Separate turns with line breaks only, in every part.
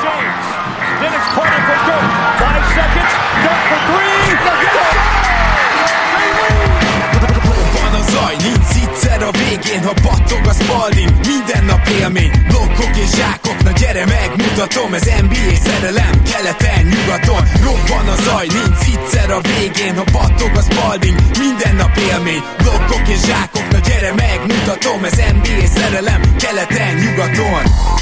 James. Dennis corner for Dirk. 5 seconds. Dirk for 3.
Van a zaj, nincs egyszer a végén, ha battog a Spalding. Minden nap élmény, blokkok és zsákok. Na gyere megmutatom, ez NBA szerelem. Keleten, nyugaton, robban a zaj, nincs egyszer a végén, ha battog a Spalding. Minden nap élmény, blokkok és zsákok. Na gyere megmutatom, ez NBA szerelem. Keleten, nyugaton.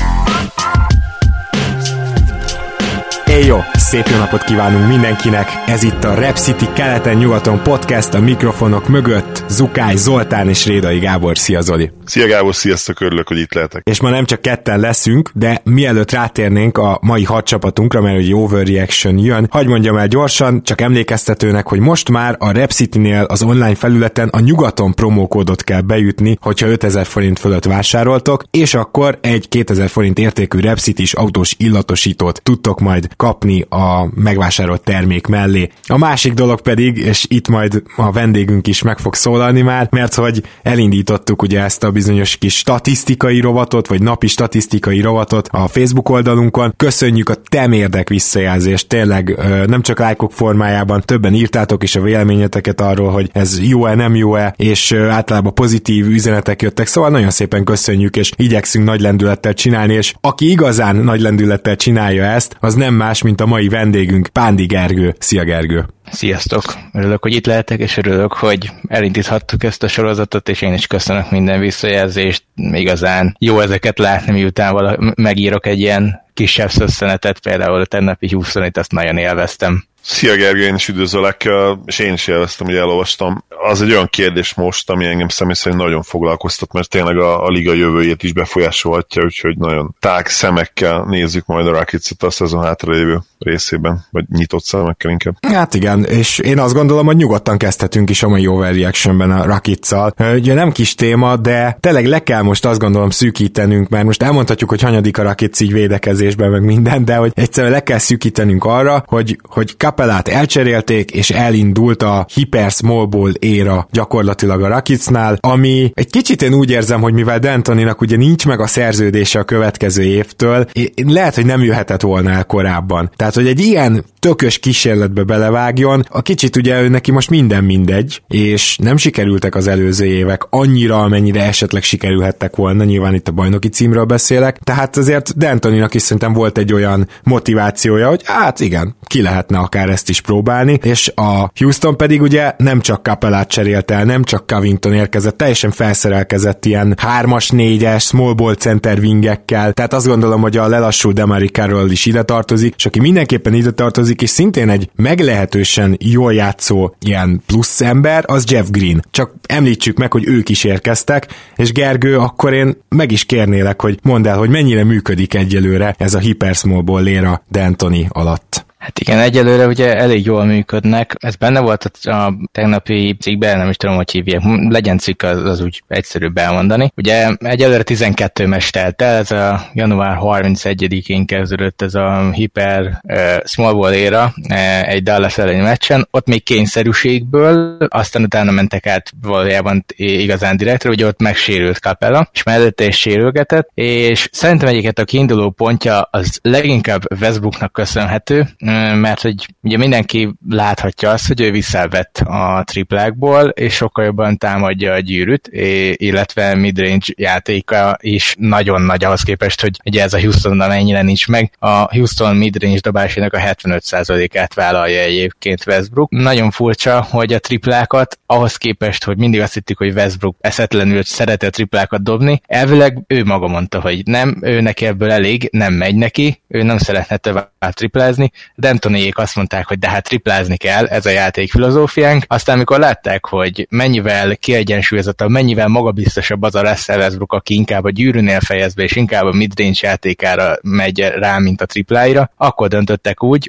Jó, szép jó napot kívánunk mindenkinek! Ez itt a Rap City keleten-nyugaton podcast, a mikrofonok mögött Zukály Zoltán és Rédai Gábor. Szia Zoli!
Szia Gábor, sziasztok, örülök, hogy itt lehetek.
És ma nem csak ketten leszünk, de mielőtt rátérnénk a mai 6 csapatunkra, mert egy overreaction jön, hadd mondjam el gyorsan, csak emlékeztetőnek, hogy most már a Rap City-nél az online felületen a nyugaton promókódot kell beütni, hogyha 5000 forint fölött vásároltok, és akkor egy 2000 forint értékű Rap City-s autós illatosítót tudtok majd kapni a megvásárolt termék mellé. A másik dolog pedig, és itt majd a vendégünk is meg fog szólalni már, mert hogy elindítottuk ugye ezt a bizonyos kis statisztikai rovatot, vagy napi statisztikai rovatot a Facebook oldalunkon. Köszönjük a temérdek visszajelzést, tényleg nem csak lájkok formájában, többen írtátok is a véleményeteket arról, hogy ez jó-e, nem jó-e, és általában pozitív üzenetek jöttek, szóval nagyon szépen köszönjük, és igyekszünk nagy lendülettel csinálni, és aki igazán nagy lendülettel csinálja ezt, az nem más, mint a mai vendégünk, Pándi Gergő. Szia Gergő!
Sziasztok! Örülök, hogy itt lehetek, és örülök, hogy elindíthattuk ezt a sorozatot, és én is köszönök minden visszajelzést. Igazán jó ezeket látni, miután megírok egy ilyen kisebb szösszenetet, például a tegnapi Houstonit, azt nagyon élveztem.
Szia Gergő, én is üdvözöllek, és én is élveztem, hogy elolvastam. Az egy olyan kérdés most, ami engem személy szerint nagyon foglalkoztat, mert tényleg a liga jövőjét is befolyásolhatja, úgyhogy nagyon tág szemekkel nézzük majd a Rockets-et a szezon hátralévő részében, vagy nyitott szemekkel inkább.
Hát igen, és én azt gondolom, hogy nyugodtan kezdhetünk is a mai overreactionben a Rockets-szal. Ugye nem kis téma, de tényleg le kell most azt gondolom szűkítenünk, mert most elmondhatjuk, hogy hanyadik a Rockets így védekezésben, meg minden, de hogy egyszerűen le kell szűkítenünk arra, hogy Capellát elcserélték, és elindult a Hyper Small Ball éra gyakorlatilag a Rocketsnál, ami egy kicsit én úgy érzem, hogy mivel D'Antoninak ugye nincs meg a szerződése a következő évtől, lehet, hogy nem jöhetett volna el korábban. Tehát, hogy egy ilyen tökös kísérletbe belevágjon, a kicsit ugye neki most minden mindegy, és nem sikerültek az előző évek annyira, amennyire esetleg sikerülhettek volna, nyilván itt a bajnoki címről beszélek, tehát azért D'Antoninak is szerintem volt egy olyan motivációja, hogy hát igen, ki lehetne akár ezt is próbálni, és a Houston pedig ugye nem csak Capellát cserélt el, nem csak Covington érkezett, teljesen felszerelkezett ilyen 3-as, 4-es, small ball center wingekkel, tehát azt gondolom, hogy a lelassul DeMarre Carroll is ide tartozik, és aki mindenképpen ide tartozik, és szintén egy meglehetősen jól játszó ilyen plusz ember, az Jeff Green. Csak említsük meg, hogy ők is érkeztek, és Gergő, akkor én meg is kérnélek, hogy mondd el, hogy mennyire működik egyelőre ez a Hyper Small Ball éra D'Antoni alatt.
Hát igen, egyelőre ugye elég jól működnek. Ez benne volt a tegnapi cikkben, nem is tudom, hogy hívják. Legyen cikk, az úgy egyszerűbb elmondani. Ugye egyelőre 12 meccs telt el, ez a január 31-én kezdődött ez a Hyper Small Ball éra egy Dallas elleni meccsen. Ott még kényszerűségből, aztán utána mentek át valójában igazán direktre, ugye ott megsérült Capella, és mellette is sérülgetett, és szerintem egyiket a kiinduló pontja az leginkább Westbrooknak köszönhető, mert hogy ugye mindenki láthatja azt, hogy ő visszavett a triplákból, és sokkal jobban támadja a gyűrűt, illetve midrange játéka is nagyon nagy ahhoz képest, hogy ugye ez a Houstonnal mennyire nincs meg. A Houston midrange dobásának a 75%-át vállalja egyébként Westbrook. Nagyon furcsa, hogy a triplákat ahhoz képest, hogy mindig azt hittük, hogy Westbrook eszetlenül szereti a triplákat dobni, elvileg ő maga mondta, hogy nem, ő neki ebből elég, nem megy neki, ő nem szeretne tovább triplázni, D'Antoniék azt mondták, hogy de hát triplázni kell, ez a játék filozófiánk. Aztán amikor látták, hogy mennyivel kiegyensúlyozottabb, mennyivel magabiztosabb az a Russell Westbrook, aki inkább a gyűrűnél fejez be, és inkább a midrange játékára megy rá, mint a tripláira, akkor döntöttek úgy, hogy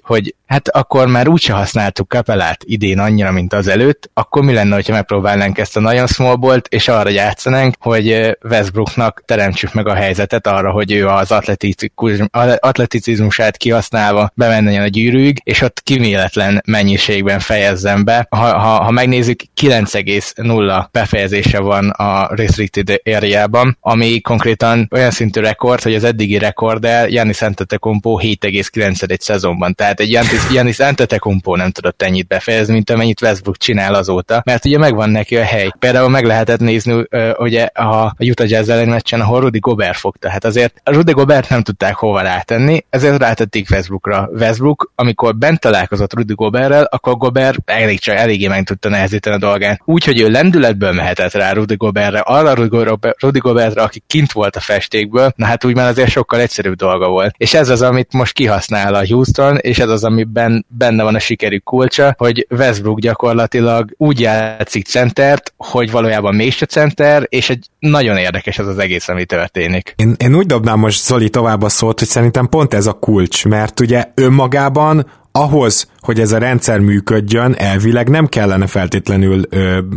hát akkor már úgyse használtuk Capellát idén annyira, mint az előtt, akkor mi lenne, hogyha megpróbálnánk ezt a nagyon small ballt, és arra játszanánk, hogy Westbrooknak teremtsük meg a helyzetet arra, hogy ő az atleticizmusát kihasználva bemenjen a gyűrűig, és ott kiméletlen mennyiségben fejezzen be. Ha megnézzük, 9,0 befejezése van a restricted area-ban, ami konkrétan olyan szintű rekord, hogy az eddigi rekorddel Giannis Antetokounmpo 7,9 szezonban. Tehát egy Giannis Antetokounmpo nem tudott ennyit befejezni, mint amennyit Westbrook csinál azóta, mert ugye megvan neki a hely. Például meg lehetett nézni ugye a Utah Jazz elleni meccsen, ahol Rudy Gobert fogta. Hát azért Rudy Gobert nem tudták hova rátenni, ezért rátették Westbrookra. Westbrook, amikor bent találkozott Rudy Goberrel, akkor Gobert eléggé meg tudta nehezíteni a dolgán. Úgyhogy ő lendületből mehetett rá Rudy Gobertre, arra Rudy Gobertre, aki kint volt a festékből, na hát úgy már azért sokkal egyszerűbb dolga volt. És ez az, amit most kihasznál a Houston, és ez az, amiben benne van a sikerük kulcsa, hogy Westbrook gyakorlatilag úgy játszik centert, hogy valójában mégse center, és egy nagyon érdekes ez az egész, ami történik.
Én úgy dobnám most Zoli tovább a szót, hogy szerintem pont ez a kulcs, mert ugye önmagában ahhoz, hogy ez a rendszer működjön, elvileg nem kellene feltétlenül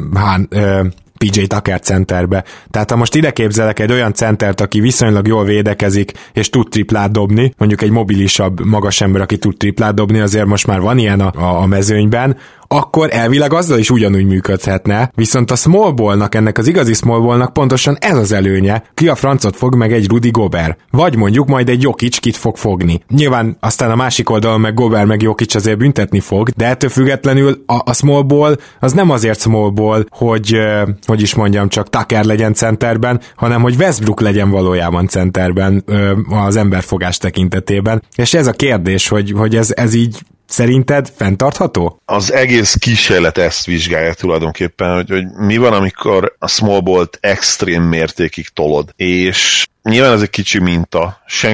PJ Tucker centerbe. Tehát ha most ide képzelek egy olyan centert, aki viszonylag jól védekezik, és tud triplát dobni, mondjuk egy mobilisabb, magas ember, aki tud triplát dobni, azért most már van ilyen a mezőnyben, akkor elvileg azzal is ugyanúgy működhetne, viszont a small ballnak, ennek az igazi small ballnak pontosan ez az előnye. Ki a francot fog meg egy Rudy Gobert? Vagy mondjuk majd egy Jokic kit fog fogni. Nyilván aztán a másik oldalon meg Gobert meg Jokic azért büntetni fog, de ettől függetlenül a small ball az nem azért small ball, hogy is mondjam, csak Tucker legyen centerben, hanem hogy Westbrook legyen valójában centerben az emberfogás tekintetében. És ez a kérdés, hogy ez így szerinted fenntartható?
Az egész kísérlet ezt vizsgálja tulajdonképpen, hogy mi van, amikor a small ballt extrém mértékig tolod, és nyilván ez egy kicsi minta,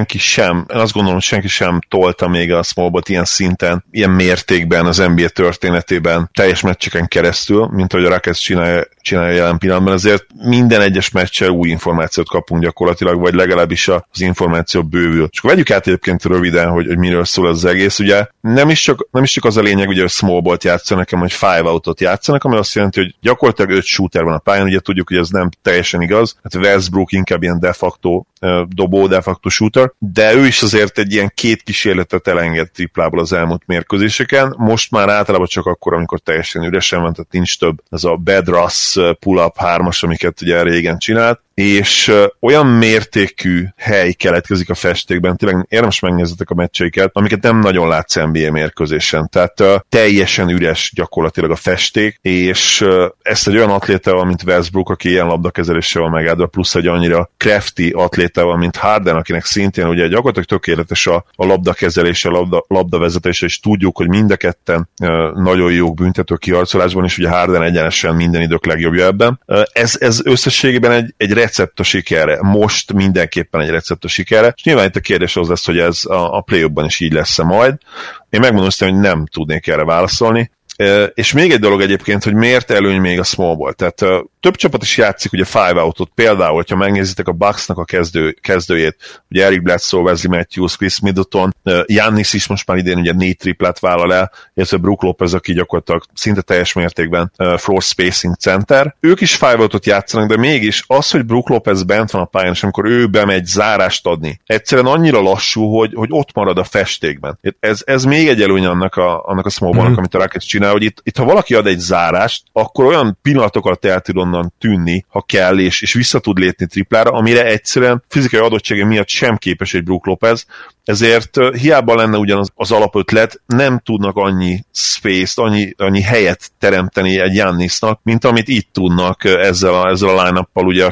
én azt gondolom, hogy senki sem tolta még a small ballt ilyen szinten, ilyen mértékben az NBA történetében teljes meccseken keresztül, mint ahogy a Rockets csinálja jelen pillanatban, ezért minden egyes meccsel új információt kapunk gyakorlatilag, vagy legalábbis az információ bővül. És akkor vegyük át egyébként röviden, hogy miről szól az egész, ugye nem is csak az a lényeg, ugye, hogy small ballt játszanak, hanem hogy 5 outot játszanak, ami azt jelenti, hogy gyakorlatilag 5 shooter van a pályán, ugye tudjuk, hogy ez nem teljesen igaz, hát Westbrook inkább ilyen de facto dobó, de facto shooter, de ő is azért egy ilyen 2 kísérletet elenged triplából az elmúlt mérkőzéseken, most már általában csak akkor, amikor teljesen üresen van, tehát nincs több ez a bad rush pull-up 3-as, amiket ugye régen csinált, és olyan mértékű hely keletkezik a festékben, tényleg érdemes megnézzetek a meccseiket, amiket nem nagyon látsz NBA mérkőzésen, tehát teljesen üres gyakorlatilag a festék, és ezt egy olyan atlétával, mint Westbrook, aki ilyen labdakezeléssel van megáldva, plusz egy annyira crafty atlétával, mint Harden, akinek szintén ugye gyakorlatilag tökéletes a labdakezelése, a labdavezetése, és tudjuk, hogy mind a ketten nagyon jók büntető kiharcolásban, és ugye Harden egyenesen minden idők legjobbja ebben. Ez összességében egy recept a sikerre, most mindenképpen egy recept a sikerre, és nyilván itt a kérdés az lesz, hogy ez a play-offban is így lesz majd. Én megmondom, hogy nem tudnék erre válaszolni. És még egy dolog egyébként, hogy miért előny még a small ball. Tehát több csapat is játszik ugye 5 outot, például, hogyha megnézitek a Bucksnak a kezdőjét, ugye Eric Bledsoe, Wesley Matthews, Chris Middleton, Giannis is most már idén ugye 4 triplát vállal el, illetve Brook Lopez, aki gyakorlatilag szinte teljes mértékben floor spacing center. Ők is 5 outot játszanak, de mégis az, hogy Brook Lopez bent van a pályán, és amikor ő bemegy zárást adni, egyszerűen annyira lassú, hogy ott marad a festékben. Ez még egy előny annak a small ballnak, amit a Rockets csinál, hogy itt ha valaki ad egy zárást, akkor olyan pillanatok alatt el tud onnan tűnni, ha kell, és vissza tud lépni triplára, amire egyszerűen fizikai adottsága miatt sem képes egy Brook Lopez, ezért hiába lenne ugyanaz az alapötlet, nem tudnak annyi space-t, annyi helyet teremteni egy Giannisnak, mint amit itt tudnak ezzel a line-uppal ugye a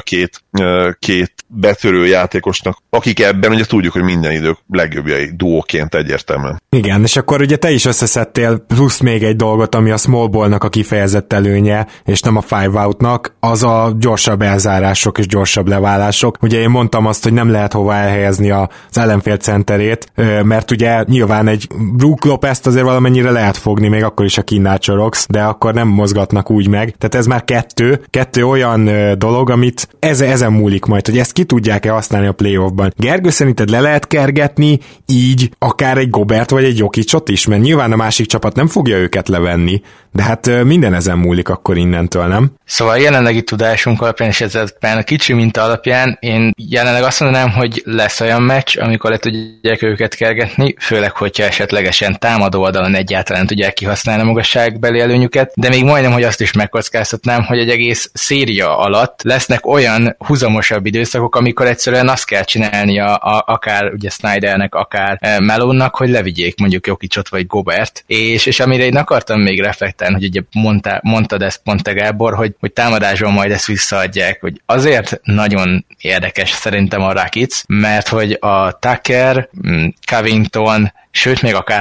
két betörő játékosnak, akik ebben ugye tudjuk, hogy minden idők legjobbjai duóként egyértelműen.
Igen, és akkor ugye te is összeszedtél plusz még egy dolgot, ami a small ballnak a kifejezett előnye, és nem a 5 outnak, az a gyorsabb elzárások és gyorsabb leválások. Ugye én mondtam azt, hogy nem lehet hova elhelyezni az ellenfél centerét, mert ugye nyilván egy Brook Lopez-t azért valamennyire lehet fogni, még akkor is a kínálcsorox, de akkor nem mozgatnak úgy meg. Tehát ez már kettő olyan dolog, amit ezen ezen múlik majd, hogy ezt ki tudják-e használni a playoffban. Gergő, szerinted le lehet kergetni így akár egy Gobert vagy egy Jokicot is, mert nyilván a másik csapat nem fogja őket levenni, de hát minden ezen múlik akkor innentől, nem?
Szóval jelenlegi tudásunk alapján és ezekben a kicsi minta alapján én jelenleg azt mondanám, hogy lesz olyan meccs, amikor le tudják őket kergetni, főleg, hogyha esetlegesen támadó oldalon egyáltalán tudják kihasználni a magasságbeli előnyüket, de még majdnem, hogy azt is megkockáztatnám, hogy egy egész széria alatt lesznek olyan húzamosabb időszakok, amikor egyszerűen azt kell csinálnia akár ugye Snydernek, akár Melonnak, hogy levigyék mondjuk Jokicot vagy Gobert, és amire én akartam még reflektálni, hogy ugye mondtad ezt pont te, Gábor, hogy támadásban majd ezt visszaadják, hogy azért nagyon érdekes szerintem a Rockets, mert hogy a Tucker, Covington, sőt, még akár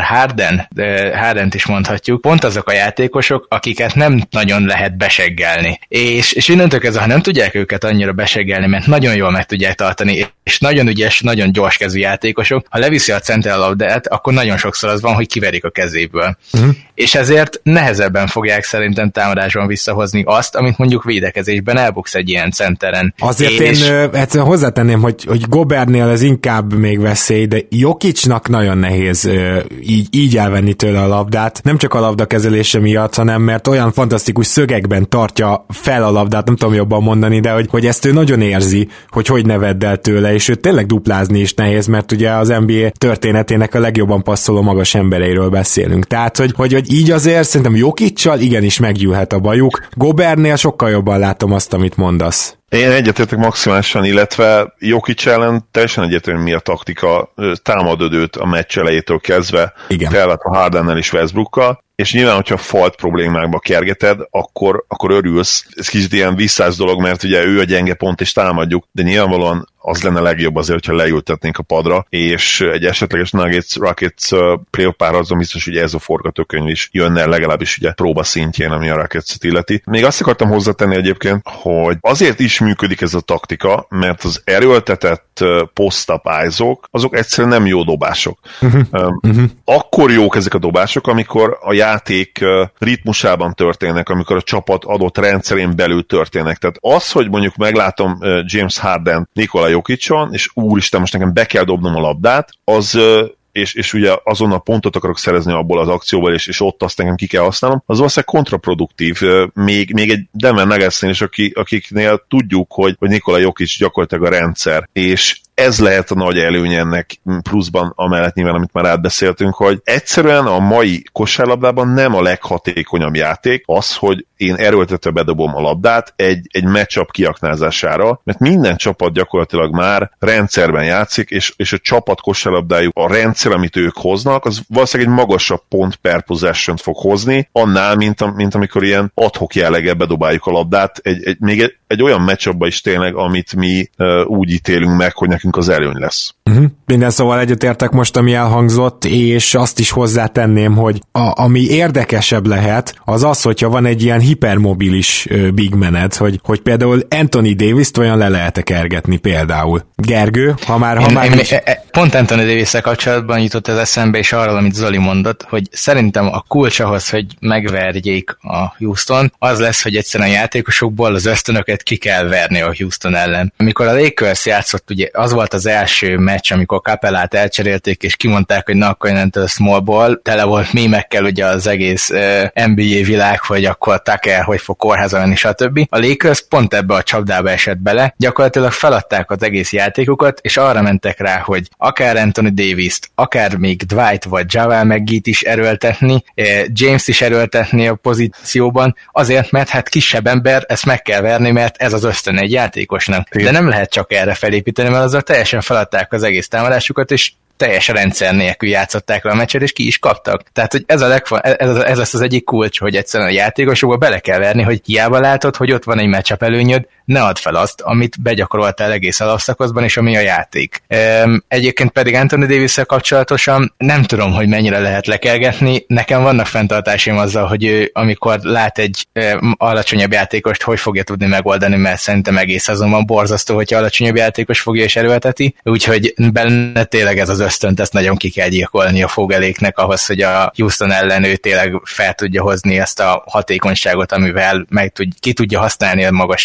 Hardent is mondhatjuk, pont azok a játékosok, akiket nem nagyon lehet beseggelni. És innentől kezdve, ha nem tudják őket annyira beseggelni, mert nagyon jól meg tudják tartani, és nagyon ügyes, nagyon gyorskezű játékosok, ha leviszi a center a labdát, akkor nagyon sokszor az van, hogy kiverik a kezéből. És ezért nehezebben fogják szerintem támadásban visszahozni azt, amit mondjuk védekezésben elbuksz egy ilyen centeren.
Azért én egyszerűen hozzátenném, hogy Gobertnél ez inkább még veszély, de Jokicnak nagyon nehéz így elvenni tőle a labdát, nem csak a labda kezelése miatt, hanem mert olyan fantasztikus szögekben tartja fel a labdát, nem tudom jobban mondani, de hogy ezt ő nagyon érzi, hogy ne vedd el tőle, és őt tényleg duplázni is nehéz, mert ugye az NBA történetének a legjobban passzoló magas embereiről beszélünk. Tehát, hogy így azért szerintem Jokic-sal igenis meggyűlhet a bajuk. Gobertnél sokkal jobban látom azt, amit mondasz.
Én egyetértek maximálisan, illetve Jokic ellen teljesen egyetlen mi a taktika, támadod őt a meccs elejétől kezdve, kellett a Hardennel és Westbrookkal, és nyilván, hogyha falt problémákba kergeted, akkor örülsz. Ez kicsit ilyen visszás dolog, mert ugye ő a gyenge pont, és támadjuk, de nyilvánvalóan az lenne legjobb azért, hogyha leültetnénk a padra, és egy esetleges Nuggets-Rockets playoff párharcban biztos, hogy ez a forgatókönyv is jönne legalábbis ugye próba szintjén, ami a Rockets-et illeti. Még azt akartam hozzátenni egyébként, hogy azért is működik ez a taktika, mert az erőltetett post-up ISO-k, azok egyszerűen nem jó dobások. Akkor jók ezek a dobások, amikor a játék ritmusában történnek, amikor a csapat adott rendszerén belül történnek. Tehát az, hogy mondjuk meglátom James Harden, Nikola Jokicson, és úristen, most nekem be kell dobnom a labdát, az és ugye azonnal pontot akarok szerezni abból az akcióból, és ott azt nekem ki kell használnom, az valószínűleg kontraproduktív. Még egy Denver Nuggetsnél is, akiknél tudjuk, hogy Nikola Jokic gyakorlatilag a rendszer, és ez lehet a nagy előny ennek pluszban, amellett nyilván, amit már átbeszéltünk, hogy egyszerűen a mai kosárlabdában nem a leghatékonyabb játék az, hogy én erőltetve bedobom a labdát egy matchup kiaknázására, mert minden csapat gyakorlatilag már rendszerben játszik, és a csapat kosárlabdájuk, a rendszer, amit ők hoznak, az valószínűleg egy magasabb pont per possession fog hozni, annál, mint amikor ilyen ad-hoc jelleggel bedobáljuk a labdát, még egy olyan matchupba is tényleg, amit mi úgy ítélünk meg, hogy nekünk az előny lesz.
Minden szóval egyetértek most, ami elhangzott, és azt is hozzátenném, hogy ami érdekesebb lehet, az, hogyha van egy ilyen hipermobilis big maned, hogy például Anthony Davis-t olyan le lehet kergetni például. Gergő, ha már...
Pont Anthony Davis-szel kapcsolatban jutott az eszembe, és arról, amit Zoli mondott, hogy szerintem a kulcs ahhoz, hogy megverjék a Houston, az lesz, hogy egyszerűen a játékosokból az ösztönöket ki kell verni a Houston ellen. Amikor a Lakers játszott, ugye az volt az első meccs, amikor Capellát elcserélték, és kimondták, hogy na, akkor innentől small ball, tele volt mémekkel ugye az egész NBA világ, hogy akkor Tucker hogy fog kórházba menni, stb. A Lakers pont ebbe a csapdába esett bele, gyakorlatilag feladták az egész játékokat, és arra mentek rá, hogy akár Anthony Davis-t, akár még Dwight vagy Javel McGee-t is erőltetni, James is erőltetni a pozícióban, azért, mert hát kisebb ember, ezt meg kell verni, mert ez az ösztön egy játékosnak. De nem lehet csak erre felépíteni, mert azzal teljesen feladták az egész támadásukat, és teljes rendszer nélkül játszották le a meccset, és ki is kaptak. Tehát, hogy ez lesz az egyik kulcs, hogy egyszerűen a játékosokba bele kell verni, hogy hiába látod, hogy ott van egy matchup előnyöd, ne add fel azt, amit begyakoroltál egész alapszakaszban, és ami a játék. Egyébként pedig Anthony Davis-szel kapcsolatosan nem tudom, hogy mennyire lehet lekergetni. Nekem vannak fenntartásaim azzal, hogy ő, amikor lát egy alacsonyabb játékost, hogy fogja tudni megoldani, mert szerintem egész azonban borzasztó, hogyha alacsonyabb játékos fogja és erőlteti. Úgyhogy benne tényleg ez az ösztönt, ezt nagyon ki kell gyilkolni a Fogeléknek ahhoz, hogy a Houston ellen ő tényleg fel tudja hozni ezt a hatékonyságot, amivel ki tudja használni a magassági előnyét.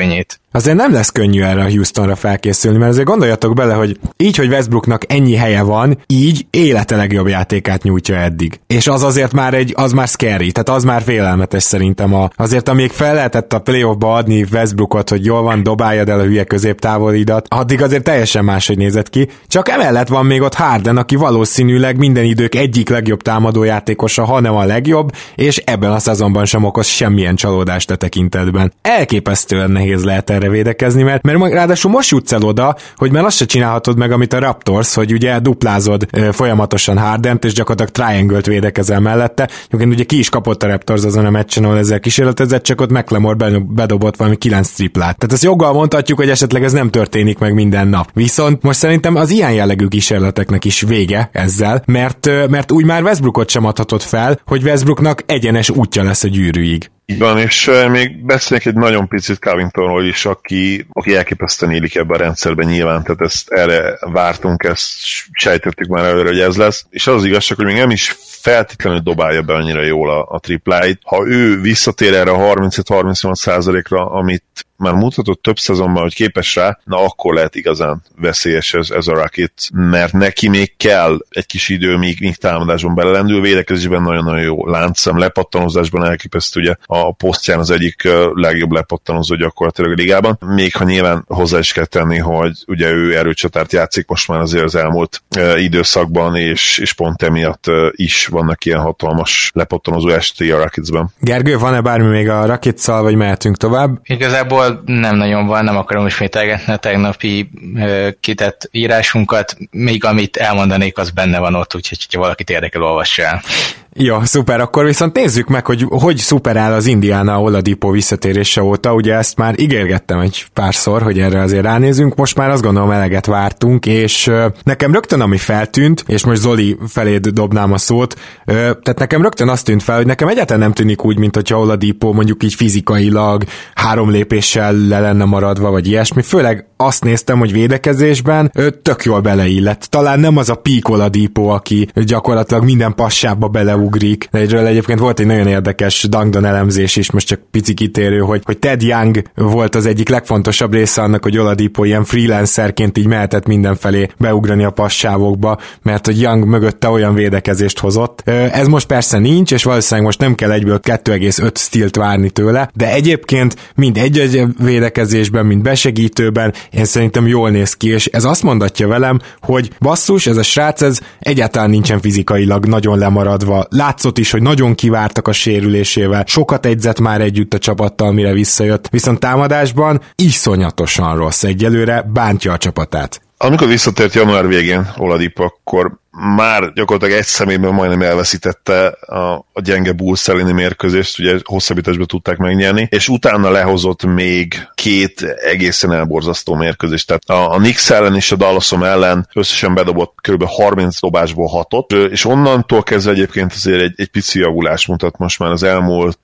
előnyét.
Azért nem lesz könnyű erre a Houstonra felkészülni, mert azért gondoljatok bele, hogy így, hogy Westbrooknak ennyi helye van, így élete legjobb játékát nyújtja eddig. És az azért már az már scary, tehát az már félelmetes szerintem. Azért amíg fel lehetett a playoffba adni Westbrookot, hogy jól van, dobáljad el a hülye középtávolidat, addig azért teljesen máshogy nézett ki. Csak emellett van még ott Harden, aki valószínűleg minden idők egyik legjobb támadójátékosa, hanem a legjobb, és ebben a szezonban sem okoz semmilyen csalódást a tekintetben. Elképesztően nehéz lehet erre védekezni, mert ráadásul most jutsz el oda, hogy már azt se csinálhatod meg, amit a Raptors, hogy ugye duplázod folyamatosan Hardent, és gyakorlatilag triangle-t védekezel mellette. Ugye ki is kapott a Raptors azon a meccsen, ahol ezzel kísérletezett, csak ott McLemore bedobott valami 9 triplát. Tehát ezt joggal mondhatjuk, hogy esetleg ez nem történik meg minden nap. Viszont most szerintem az ilyen jellegű kísérleteknek is vége ezzel, mert úgy már Westbrookot sem adhatod fel, hogy Westbrooknak egyenes útja lesz a gyűrűig.
Így van, és még beszélnék egy nagyon picit Covingtonról is, aki elképesztően élik ebben a rendszerben nyilván, tehát erre vártunk, ezt sejtettük már előre, hogy ez lesz, és az igazság, hogy még nem is feltétlenül dobálja be annyira jól a tripláit. Ha ő visszatér erre a 35-38%-ra, amit már mutatott több szezonban, hogy képes rá, na akkor lehet igazán veszélyes ez a Rocket, mert neki még kell egy kis idő, míg támadásban belelendül, védekezésben nagyon-nagyon jó láncszem, lepattanozásban elképesztő, ugye a posztján az egyik legjobb lepattanozó gyakorlatilag a ligában, még ha nyilván hozzá is kell tenni, hogy ugye ő erőcsatárt játszik most már azért az elmúlt időszakban, és pont emiatt is vannak ilyen hatalmas lepattanozó estély a Rocketsben.
Gergő, van-e bármi még a Rocketszal, vagy mehetünk tovább?
Igazából nem nagyon van, nem akarom ismételgetni a tegnapi kitett írásunkat, még amit elmondanék, az benne van ott, úgyhogy ha valakit érdekel, olvassa el.
Jó, szuper, akkor viszont nézzük meg, hogy szuperál az Indiana Oladipo visszatérése óta, ugye ezt már ígérgettem egy párszor, hogy erre azért ránézünk, most már azt gondolom eleget vártunk, és nekem rögtön ami feltűnt, és most Zoli feléd dobnám a szót, tehát nekem rögtön azt tűnt fel, hogy nekem egyáltalán nem tűnik úgy, mint hogyha Oladipo mondjuk így fizikailag 3 lépéssel le lenne maradva, vagy ilyesmi, főleg azt néztem, hogy védekezésben tök jól beleillett. Talán nem az a peak Oladipo, aki gyakorlatilag minden passába beleugrik. Egyről egyébként volt egy nagyon érdekes Dangdon elemzés is, most csak pici kitérő, hogy Ted Young volt az egyik legfontosabb része annak, hogy Oladipo ilyen freelancerként így mehetett mindenfelé beugrani a passávokba, mert hogy Young mögötte olyan védekezést hozott. Ez most persze nincs, és valószínűleg most nem kell egyből 2,5 stílt várni tőle, de egyébként mind egy védekezésben, mind besegítőben én szerintem jól néz ki, és ez azt mondatja velem, hogy basszus, ez a srác, ez egyáltalán nincsen fizikailag nagyon lemaradva. Látszott is, hogy nagyon kivártak a sérülésével, sokat edzett már együtt a csapattal, mire visszajött, viszont támadásban iszonyatosan rossz, egyelőre bántja a csapatát.
Amikor visszatért január végén Oladipo, akkor már gyakorlatilag egy szemében majdnem elveszítette a gyenge Bulls elleni mérkőzést, ugye hosszabbításban tudták megnyerni, és utána lehozott még 2 egészen elborzasztó mérkőzést. Tehát a Knicks ellen és a Dallasom ellen összesen bedobott kb. 30 dobásból 6-ot, és onnantól kezdve egyébként azért egy pici javulás mutat most már az elmúlt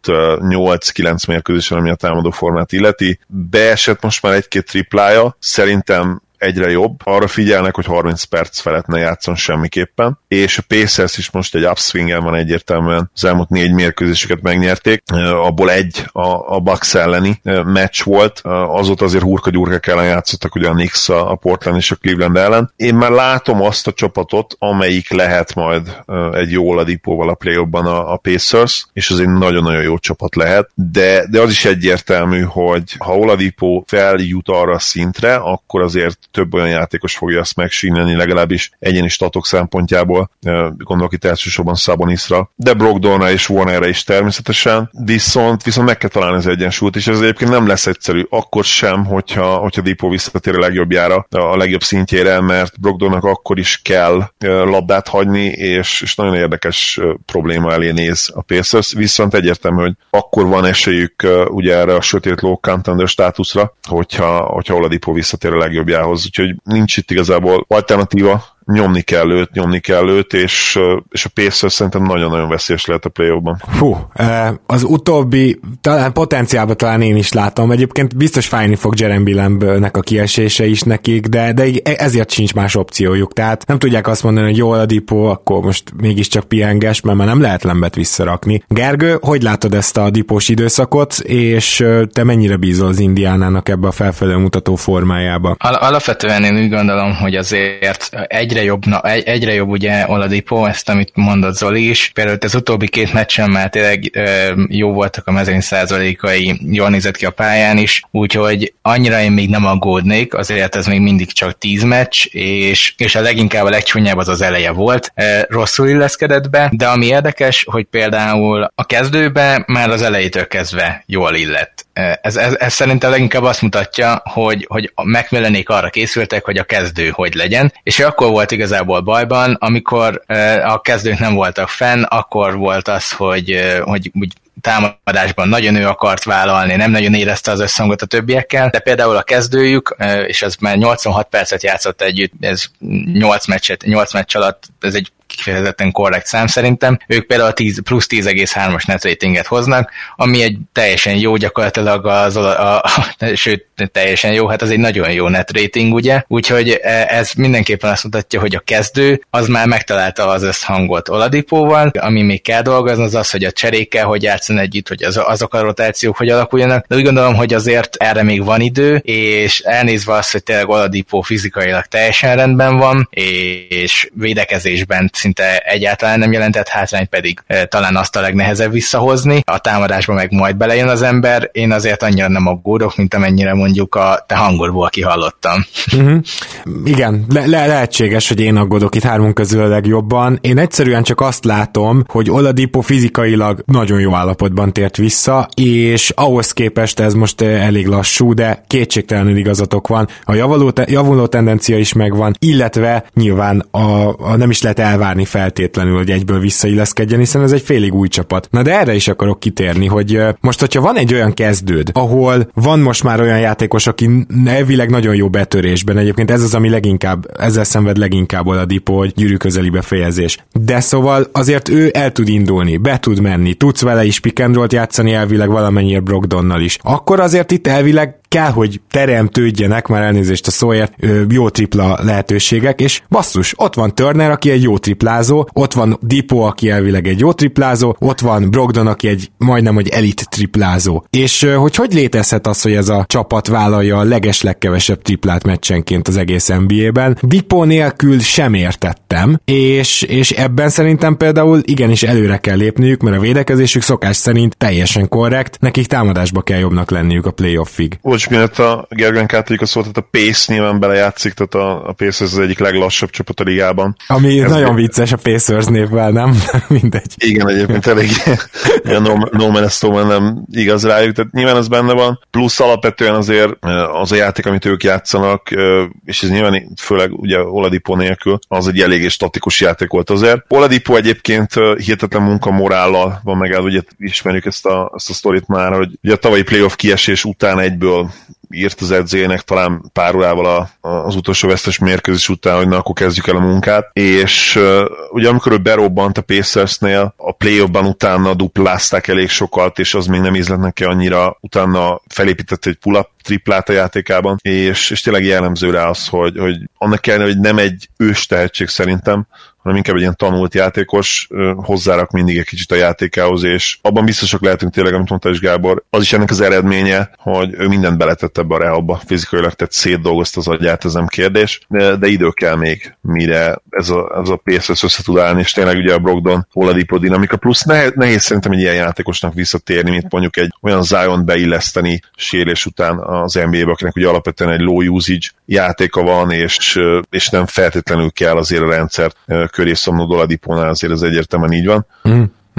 8-9 mérkőzésen, ami a támadó formát illeti. Beesett most már 1-2 triplája, szerintem egyre jobb. Arra figyelnek, hogy 30 perc felett ne játszon semmiképpen, és a Pacers is most egy upswingen van egyértelműen. Az elmúlt 4 mérkőzéseket megnyerték, abból egy a Bucks elleni meccs volt, azóta azért hurka-gyurkák ellen játszottak, ugye a Knicks, a Portland és a Cleveland ellen. Én már látom azt a csapatot, amelyik lehet majd egy jó Oladipóval a play-offban a Pacers, és az egy nagyon-nagyon jó csapat lehet, de az is egyértelmű, hogy ha Oladipo feljut arra a szintre, akkor azért több olyan játékos fogja azt megsínyleni, legalábbis egyéni statok szempontjából, gondolok itt elsősorban Sabonisra, de Brogdonra és Warnerre is természetesen, viszont meg kell találni az egyensúlyt, és ez egyébként nem lesz egyszerű, akkor sem, hogyha Dipo visszatér a legjobbjára, a legjobb szintjére, mert Brogdonnak akkor is kell labdát hagyni, és nagyon érdekes probléma elé néz a Pacers, viszont egyértelmű, hogy akkor van esélyük ugye erre a sötét low contender státuszra, hogyha Oladipo visszatér a legjobbjához, úgyhogy nincs itt igazából alternatíva nyomni kell őt, és a Pacers szerintem nagyon-nagyon veszélyes lehet a play-offban.
Az utóbbi, talán potenciálban talán én is látom, egyébként biztos fájni fog Jeremy Lambnek a kiesése is nekik, de ezért sincs más opciójuk, tehát nem tudják azt mondani, hogy jó Oladipo, akkor most mégiscsak pihenges, mert már nem lehet Lambet visszarakni. Gergő, hogy látod ezt a dipós időszakot, és te mennyire bízol az Indiánának ebbe a felfelé mutató formájába?
Alapvetően én úgy gondolom, hogy azért egyre jobb ugye Oladipo, ezt amit mondott Zoli is. Például az utóbbi 2 meccsen már tényleg jó voltak a mezőny százalékai, jól nézett ki a pályán is, úgyhogy annyira én még nem aggódnék, azért ez még mindig csak 10 meccs, és a leginkább a legcsúnyább az eleje volt. Rosszul illeszkedett be, de ami érdekes, hogy például a kezdőbe már az elejétől kezdve jól illett. Ez szerintem leginkább azt mutatja, hogy Macmillanék arra készültek, hogy a kezdő hogy legyen, és akkor volt igazából bajban, amikor a kezdők nem voltak fenn, akkor volt az, hogy úgy támadásban nagyon ő akart vállalni, nem nagyon érezte az összhangot a többiekkel, de például a kezdőjük, és az már 86 percet játszott együtt, ez 8 meccs alatt, ez egy kifejezetten korrekt szám szerintem. Ők például plusz 10,3-as net ratinget hoznak, ami egy teljesen jó, gyakorlatilag sőt, teljesen jó, hát az egy nagyon jó net rating, ugye? Úgyhogy ez mindenképpen azt mutatja, hogy a kezdő az már megtalálta az összhangot Oladipóval, ami még kell dolgozni, az, hogy a cserékkel, hogy játszon együtt, hogy azok a rotációk hogy alakuljanak, de úgy gondolom, hogy azért erre még van idő, és elnézve azt, hogy tényleg Oladipo fizikailag teljesen rendben van, és védekezésben szinte egyáltalán nem jelentett hátrányt, pedig talán azt a legnehezebb visszahozni, a támadásba meg majd belejön az ember, én azért annyira nem aggódok, mint amennyire mondjuk a te hangodból kihallottam.
Igen, lehetséges, hogy én aggódok itt hármunk közül a legjobban. Én egyszerűen csak azt látom, hogy Oladipo fizikailag nagyon jó állapotban tért vissza, és ahhoz képest ez most elég lassú, de kétségtelenül igazatok van. A javuló tendencia is megvan, illetve nyilván nem is lehet elvárni feltétlenül, hogy egyből visszailleszkedjen, hiszen ez egy félig új csapat. Na de erre is akarok kitérni, hogy most, hogyha van egy olyan kezdőd, ahol van most már olyan játékos, aki elvileg nagyon jó betörésben, egyébként ez az, ami ezzel szenved leginkább Oladipo, hogy gyűrű közeli befejezés. De szóval azért ő el tud indulni, be tud menni, tudsz vele is pick and rollt játszani elvileg valamennyire Brogdonnal is. Akkor azért itt elvileg kell, hogy teremtődjenek, már elnézést a szóért, jó tripla lehetőségek, és basszus, ott van Turner, aki egy jó triplázó, ott van Dipo, aki elvileg egy jó triplázó, ott van Brogdon, aki egy majdnem, hogy elit triplázó. És hogy létezhet az, hogy ez a csapat vállalja a legkevesebb triplát meccsenként az egész NBA-ben? Dipo nélkül sem értettem, és ebben szerintem például igenis előre kell lépniük, mert a védekezésük szokás szerint teljesen korrekt, nekik támadásba kell jobbnak lenniük a playoffig.
Mielőtt a Gergőn Kátolik a szót, tehát a Pace nyilván belejátszik, tehát a Pacers az egyik leglassabb csapat a ligában.
Ami ez nagyon vicces a Pacers névvel, nem? Mindegy.
Igen, egyébként elég no man nem igaz rájuk, tehát nyilván ez benne van, plusz alapvetően azért az a játék, amit ők játszanak, és ez nyilván főleg ugye Oladipo nélkül, az egy eléggé statikus játék volt azért. Oladipo egyébként hihetetlen munkamorállal van meg, ugye ismerjük ezt a sztorit már, hogy ugye a tavalyi playoff kiesés után egyből írt az edzőjének talán pár órával az utolsó vesztes mérkőzés után, hogy na, akkor kezdjük el a munkát, és ugye amikor ő berobbant a Pacersnél, a play-offban utána duplázták elég sokat, és az még nem ízlett neki annyira, utána felépített egy pull-up triplát a játékában, és tényleg jellemző rá az, hogy annak ellenére, hogy nem egy ős tehetség szerintem, hanem inkább egy ilyen tanult játékos, hozzárak mindig egy kicsit a játékához, és abban biztosak lehetünk tényleg, amit mondta is Gábor, az is ennek az eredménye, hogy ő mindent beletett ebbe a rehabba, fizikailag, tehát szétdolgozta az agyát, ez nem kérdés, de idő kell még, mire ez a Pacers össze tud állni, és tényleg ugye a Brogdon, Oladipo dinamika, plusz nehéz szerintem egy ilyen játékosnak visszatérni, mint mondjuk egy olyan Zion beilleszteni sérülés után az NBA-be, akinek ugye alapvetően egy low usage játéka van, és nem feltétlenül kell azért a rendszert köré szomnod Oladipónál, azért ez egyértelműen így van.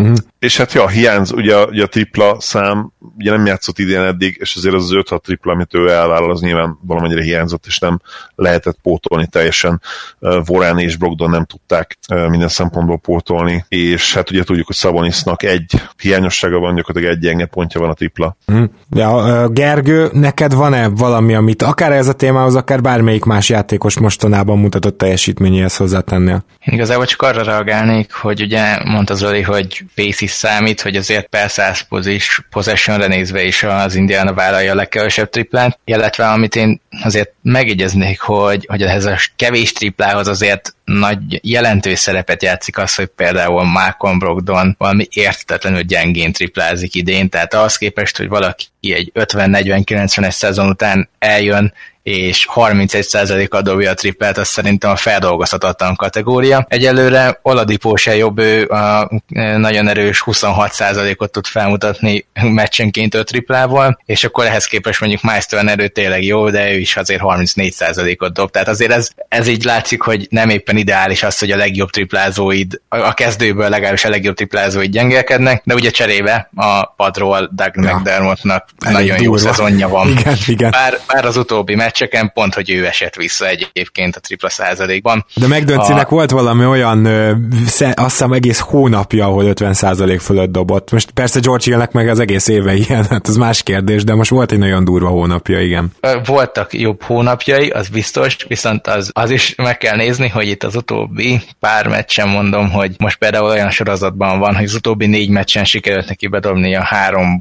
És hát ugye a tripla szám, ugye nem játszott idén eddig, és azért az 5-6 tripla, amit ő elvállal, az nyilván valamennyire hiányzott, és nem lehetett pótolni teljesen. Vorán és Brogdon nem tudták minden szempontból pótolni, és hát ugye tudjuk, hogy Sabonisnak egy hiányossága van, gyakorlatilag egy gyenge pontja van a tripla.
Ja, Gergő, neked van-e valami, amit akár ez a témához, akár bármelyik más játékos mostanában mutatott teljesítményéhez hozzátennél?
Én igazából csak arra reagálnék, hogy ugye mondta Zoli, hogy pace is számít, hogy azért per 100 possessionre nézve is az Indiana vállalja a legkevesebb triplát, illetve amit én azért megjegyeznék, hogy ehhez a kevés triplához azért nagy jelentős szerepet játszik az, hogy például Malcolm Brogdon valami érthetetlenül gyengén triplázik idén, tehát ahhoz képest, hogy valaki egy 50-40-90-es szezon után eljön, és 31%-kal dobja a triplát, az szerintem a feldolgozhatatlan kategória. Egyelőre Oladipo se jobb, ő a nagyon erős 26%-ot tud felmutatni meccsenként 5 triplával, és akkor ehhez képest mondjuk Miles Turner tényleg jó, de ő is azért 34%-ot dob. Tehát azért ez így látszik, hogy nem éppen ideális az, hogy a legjobb triplázóid, a kezdőből legalábbis a legjobb triplázóid gyengélkednek, de ugye cserébe a padról Doug McDermottnak nagyon jó szezonja van.
Igen.
Bár az utóbbi meccseken pont, hogy ő esett vissza egyébként a tripla százalékban.
De McDöncinek volt valami olyan, azt hiszem egész hónapja, ahol 50% fölött dobott. Most persze George Hillnek meg az egész éve ilyen, hát az más kérdés, de most volt egy nagyon durva hónapja, igen.
Voltak jobb hónapjai, az biztos, viszont az is meg kell nézni, hogy itt az utóbbi pár meccsen mondom, hogy most például olyan sorozatban van, hogy az utóbbi 4 meccsen sikerült neki bedobni a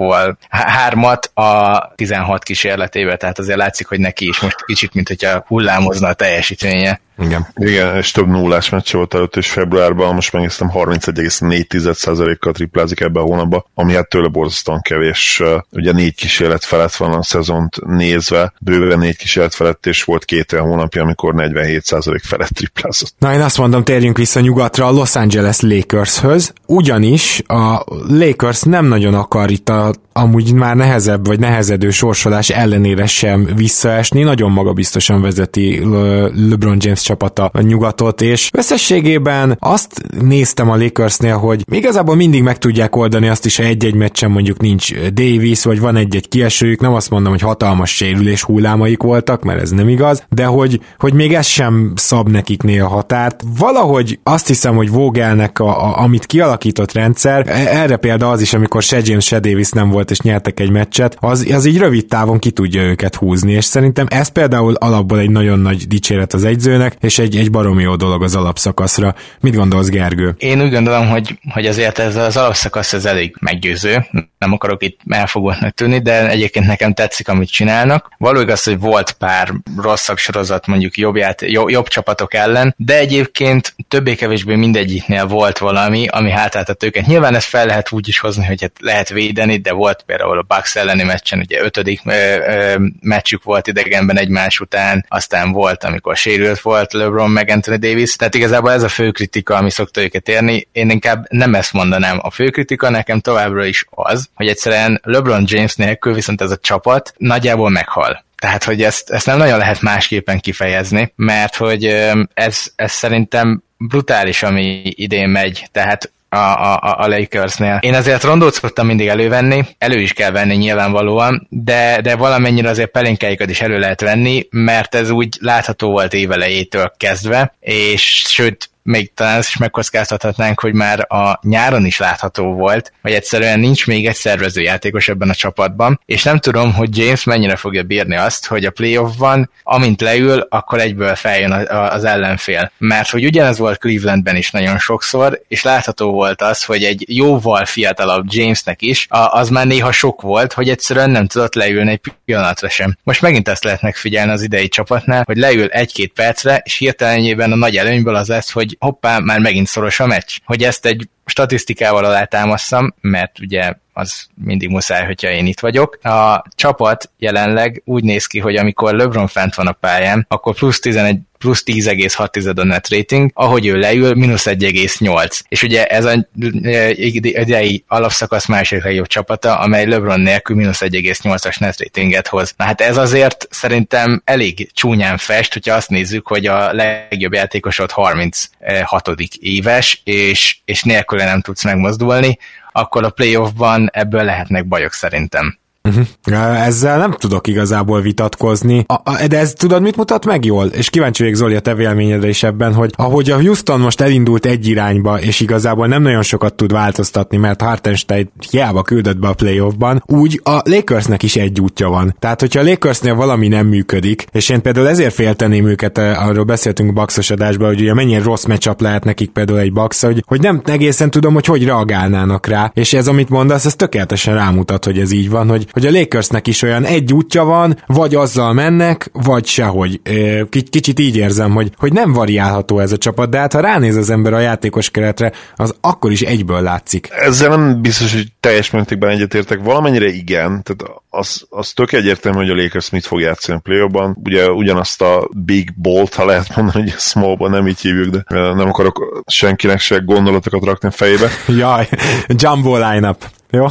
3-at a 16 kísérletével, tehát azért látszik, hogy neki is most kicsit, mint hogyha hullámozna a teljesítménye.
Igen, és több nullás meccs volt előtt, és februárban most megnéztem 31,4%-kal triplázik ebbe a hónapban, ami hát tőle borzasztóan kevés. Ugye 4 kísérlet felett van a szezont nézve, bőven 4 kísérlet felett, és volt 2 hónapja, amikor 47% felett triplázott.
Na én azt mondom, térjünk vissza nyugatra a Los Angeles Lakershöz, ugyanis a Lakers nem nagyon akar itt amúgy már nehezebb vagy nehezedő sorsolás ellenére sem visszaesni, nagyon magabiztosan vezeti LeBron James csapata a nyugatot, és összességében azt néztem a Lakersnél, hogy igazából mindig meg tudják oldani azt is, ha egy-egy meccsen mondjuk nincs Davis, vagy van egy-egy kiesőjük, nem azt mondom, hogy hatalmas sérülés hullámaik voltak, mert ez nem igaz, de hogy még ez sem szab nekik néha határt. Valahogy azt hiszem, hogy Vogelnek amit kialakított rendszer, erre példa az is, amikor se James, se Davis nem volt, és nyertek egy meccset, az így rövid távon ki tudja őket húzni, és szerintem ez például alapból egy nagyon nagy dicséret az egyzőnek, és egy baromi jó dolog az alapszakaszra. Mit gondolsz, Gergő?
Én úgy gondolom, hogy azért ez az alapszakasz ez elég meggyőző. Nem akarok itt elfogottnak tűnni, de egyébként nekem tetszik, amit csinálnak. Való igaz, hogy volt pár rosszabb sorozat mondjuk jobb csapatok ellen, de egyébként többé-kevésbé mindegyiknél volt valami, ami hátráltat őket. Nyilván ezt fel lehet úgy is hozni, hogy hát lehet védeni, de volt például a Bucks elleni meccsen, ugye 5. meccsük volt idegenben egymás után, aztán volt, amikor sérült volt LeBron meg Anthony Davis, tehát igazából ez a fő kritika, ami szokta őket érni. Én inkább nem ezt mondanám. A fő kritika nekem továbbra is az, hogy egyszerűen LeBron James nélkül viszont ez a csapat nagyjából meghal. Tehát, hogy ezt nem nagyon lehet másképpen kifejezni, mert hogy ez szerintem brutális, ami idén megy, tehát a Lakersnél. Én azért Rondót szoktam mindig elővenni, elő is kell venni nyilvánvalóan, de valamennyire azért pelinkáikat is elő lehet venni, mert ez úgy látható volt évelejétől kezdve, és sőt, még talán ezt is megkockáztathatnánk, hogy már a nyáron is látható volt, hogy egyszerűen nincs még egy szervezőjátékos ebben a csapatban, és nem tudom, hogy James mennyire fogja bírni azt, hogy a playoffban, amint leül, akkor egyből feljön az ellenfél. Mert hogy ugyanez volt Clevelandben is nagyon sokszor, és látható volt az, hogy egy jóval fiatalabb Jamesnek is, az már néha sok volt, hogy egyszerűen nem tudott leülni egy pillanatra sem. Most megint ezt lehet megfigyelni az idei csapatnál, hogy leül 1-2 percre, és hirtelenjében a nagy előnyből az lesz, hogy hoppá, már megint szoros a meccs. Hogy ezt egy statisztikával alátámasztam, mert ugye az mindig muszáj, hogyha én itt vagyok. A csapat jelenleg úgy néz ki, hogy amikor LeBron fent van a pályán, akkor plusz 10,6 a net rating, ahogy ő leül, mínusz 1,8. És ugye ez a idei alapszakasz második legjobb csapata, amely LeBron nélkül mínusz 1,8-as net ratinget hoz. Na hát ez azért szerintem elég csúnyán fest, hogyha azt nézzük, hogy a legjobb játékosod 36. éves, és nélküle nem tudsz megmozdulni. akkor a playoffban ebből lehetnek bajok szerintem.
Ezzel nem tudok igazából vitatkozni, de ez tudod mit mutat meg jól? És kíváncsi vagyok, Zoli, a te véleményedre is ebben, hogy ahogy a Houston most elindult egy irányba, és igazából nem nagyon sokat tud változtatni, mert Hartenstein hiába küldött be a playoffban, úgy a Lakersnek is egy útja van. Tehát, hogyha a Lakersnél valami nem működik, és én például ezért félteném őket, arról beszéltünk a Bucks-os adásban, hogy ugye mennyire rossz matchup lehet nekik például egy Bucks, hogy nem egészen tudom, hogy reagálnának rá. És ez, amit mondasz, ez tökéletesen rámutat, hogy ez így van, hogy a Lakersnek is olyan egy útja van, vagy azzal mennek, vagy sehogy. Kicsit így érzem, hogy nem variálható ez a csapat, de hát ha ránéz az ember a játékos keretre, az akkor is egyből látszik.
Ezzel nem biztos, hogy teljes mértékben egyetértek. Valamennyire igen, tehát az tök egyértelmű, hogy a Lakers mit fog játszani a play-offban. Ugye ugyanazt a big ball-t, ha lehet mondani, hogy a small-ban nem így hívjuk, de nem akarok senkinek se gondolatokat rakni a fejébe.
Jaj, jumbo line-up. Jó?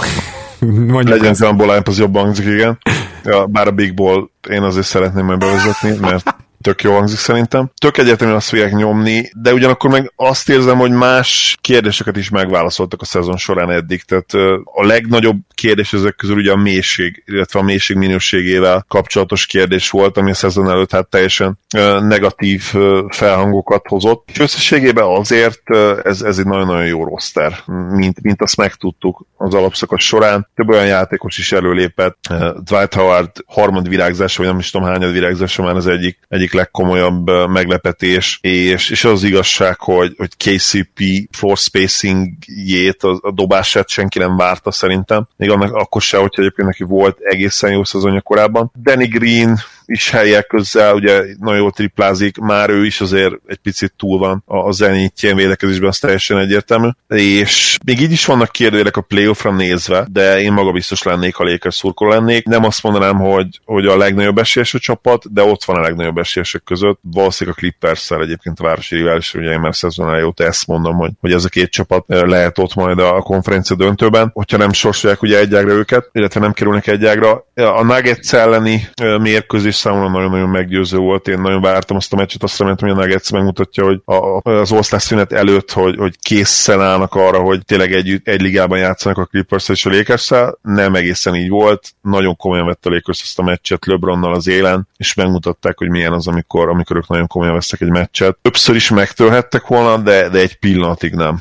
Legyen jumbo line-up, az jobban hangzik, igen. Ja, bár a big ball én azért szeretném majd bevezetni, mert tök jó hangzik szerintem. Tök egyértelműen azt fogják nyomni, de ugyanakkor meg azt érzem, hogy más kérdéseket is megválaszoltak a szezon során eddig. Tehát a legnagyobb kérdés ezek közül ugye a mélység, illetve a mélység minőségével kapcsolatos kérdés volt, ami a szezon előtt hát teljesen negatív felhangokat hozott. És összességében azért ez egy nagyon-nagyon jó roster, mint azt megtudtuk az alapszakasz során. Több olyan játékos is előlépett. Dwight Howard harmad virágzása, vagy nem is tudom hányad virágzása már az egyik legkomolyabb meglepetés, és az igazság, hogy KCP floor spacingjét, a dobását senki nem várta szerintem. Még annak akkor se, hogyha egyébként neki volt egészen jó szezonja korábban. Danny Green is helyek közel, ugye nagyon jól triplázik, már ő is azért egy picit túl van a zenítjén védekezésben, az teljesen egyértelmű. És még így is vannak kérdőjelek a playoffra nézve, de én maga biztos lennék, ha Lakers szurkoló lennék. Nem azt mondanám, hogy a legnagyobb esélyes a csapat, de ott van a legnagyobb esélyesek között. Valószínűleg a Clippers-szel egyébként a városi rivális, ugye én már szezon előtt ezt mondom, hogy ez a két csapat lehet ott majd a konferencia döntőben, hogyha nem sorsolják ugye egy ágra őket, illetve nem kerülnek egy ágra. A Nuggets elleni mérkőzés számomra nagyon-nagyon meggyőző volt. Én nagyon vártam azt a meccset, azt reméltem, hogy a Nuggets megmutatja, hogy az All-Star szünet előtt, hogy készen állnak arra, hogy tényleg egy ligában játszanak a Clippers-szel és a Lakers-szel. Nem egészen így volt. Nagyon komolyan vett a Lakers ezt a meccset LeBronnal az élen, és megmutatták, hogy milyen az, amikor ők nagyon komolyan vesznek egy meccset. Többször is megtörhettek volna, de egy pillanatig nem.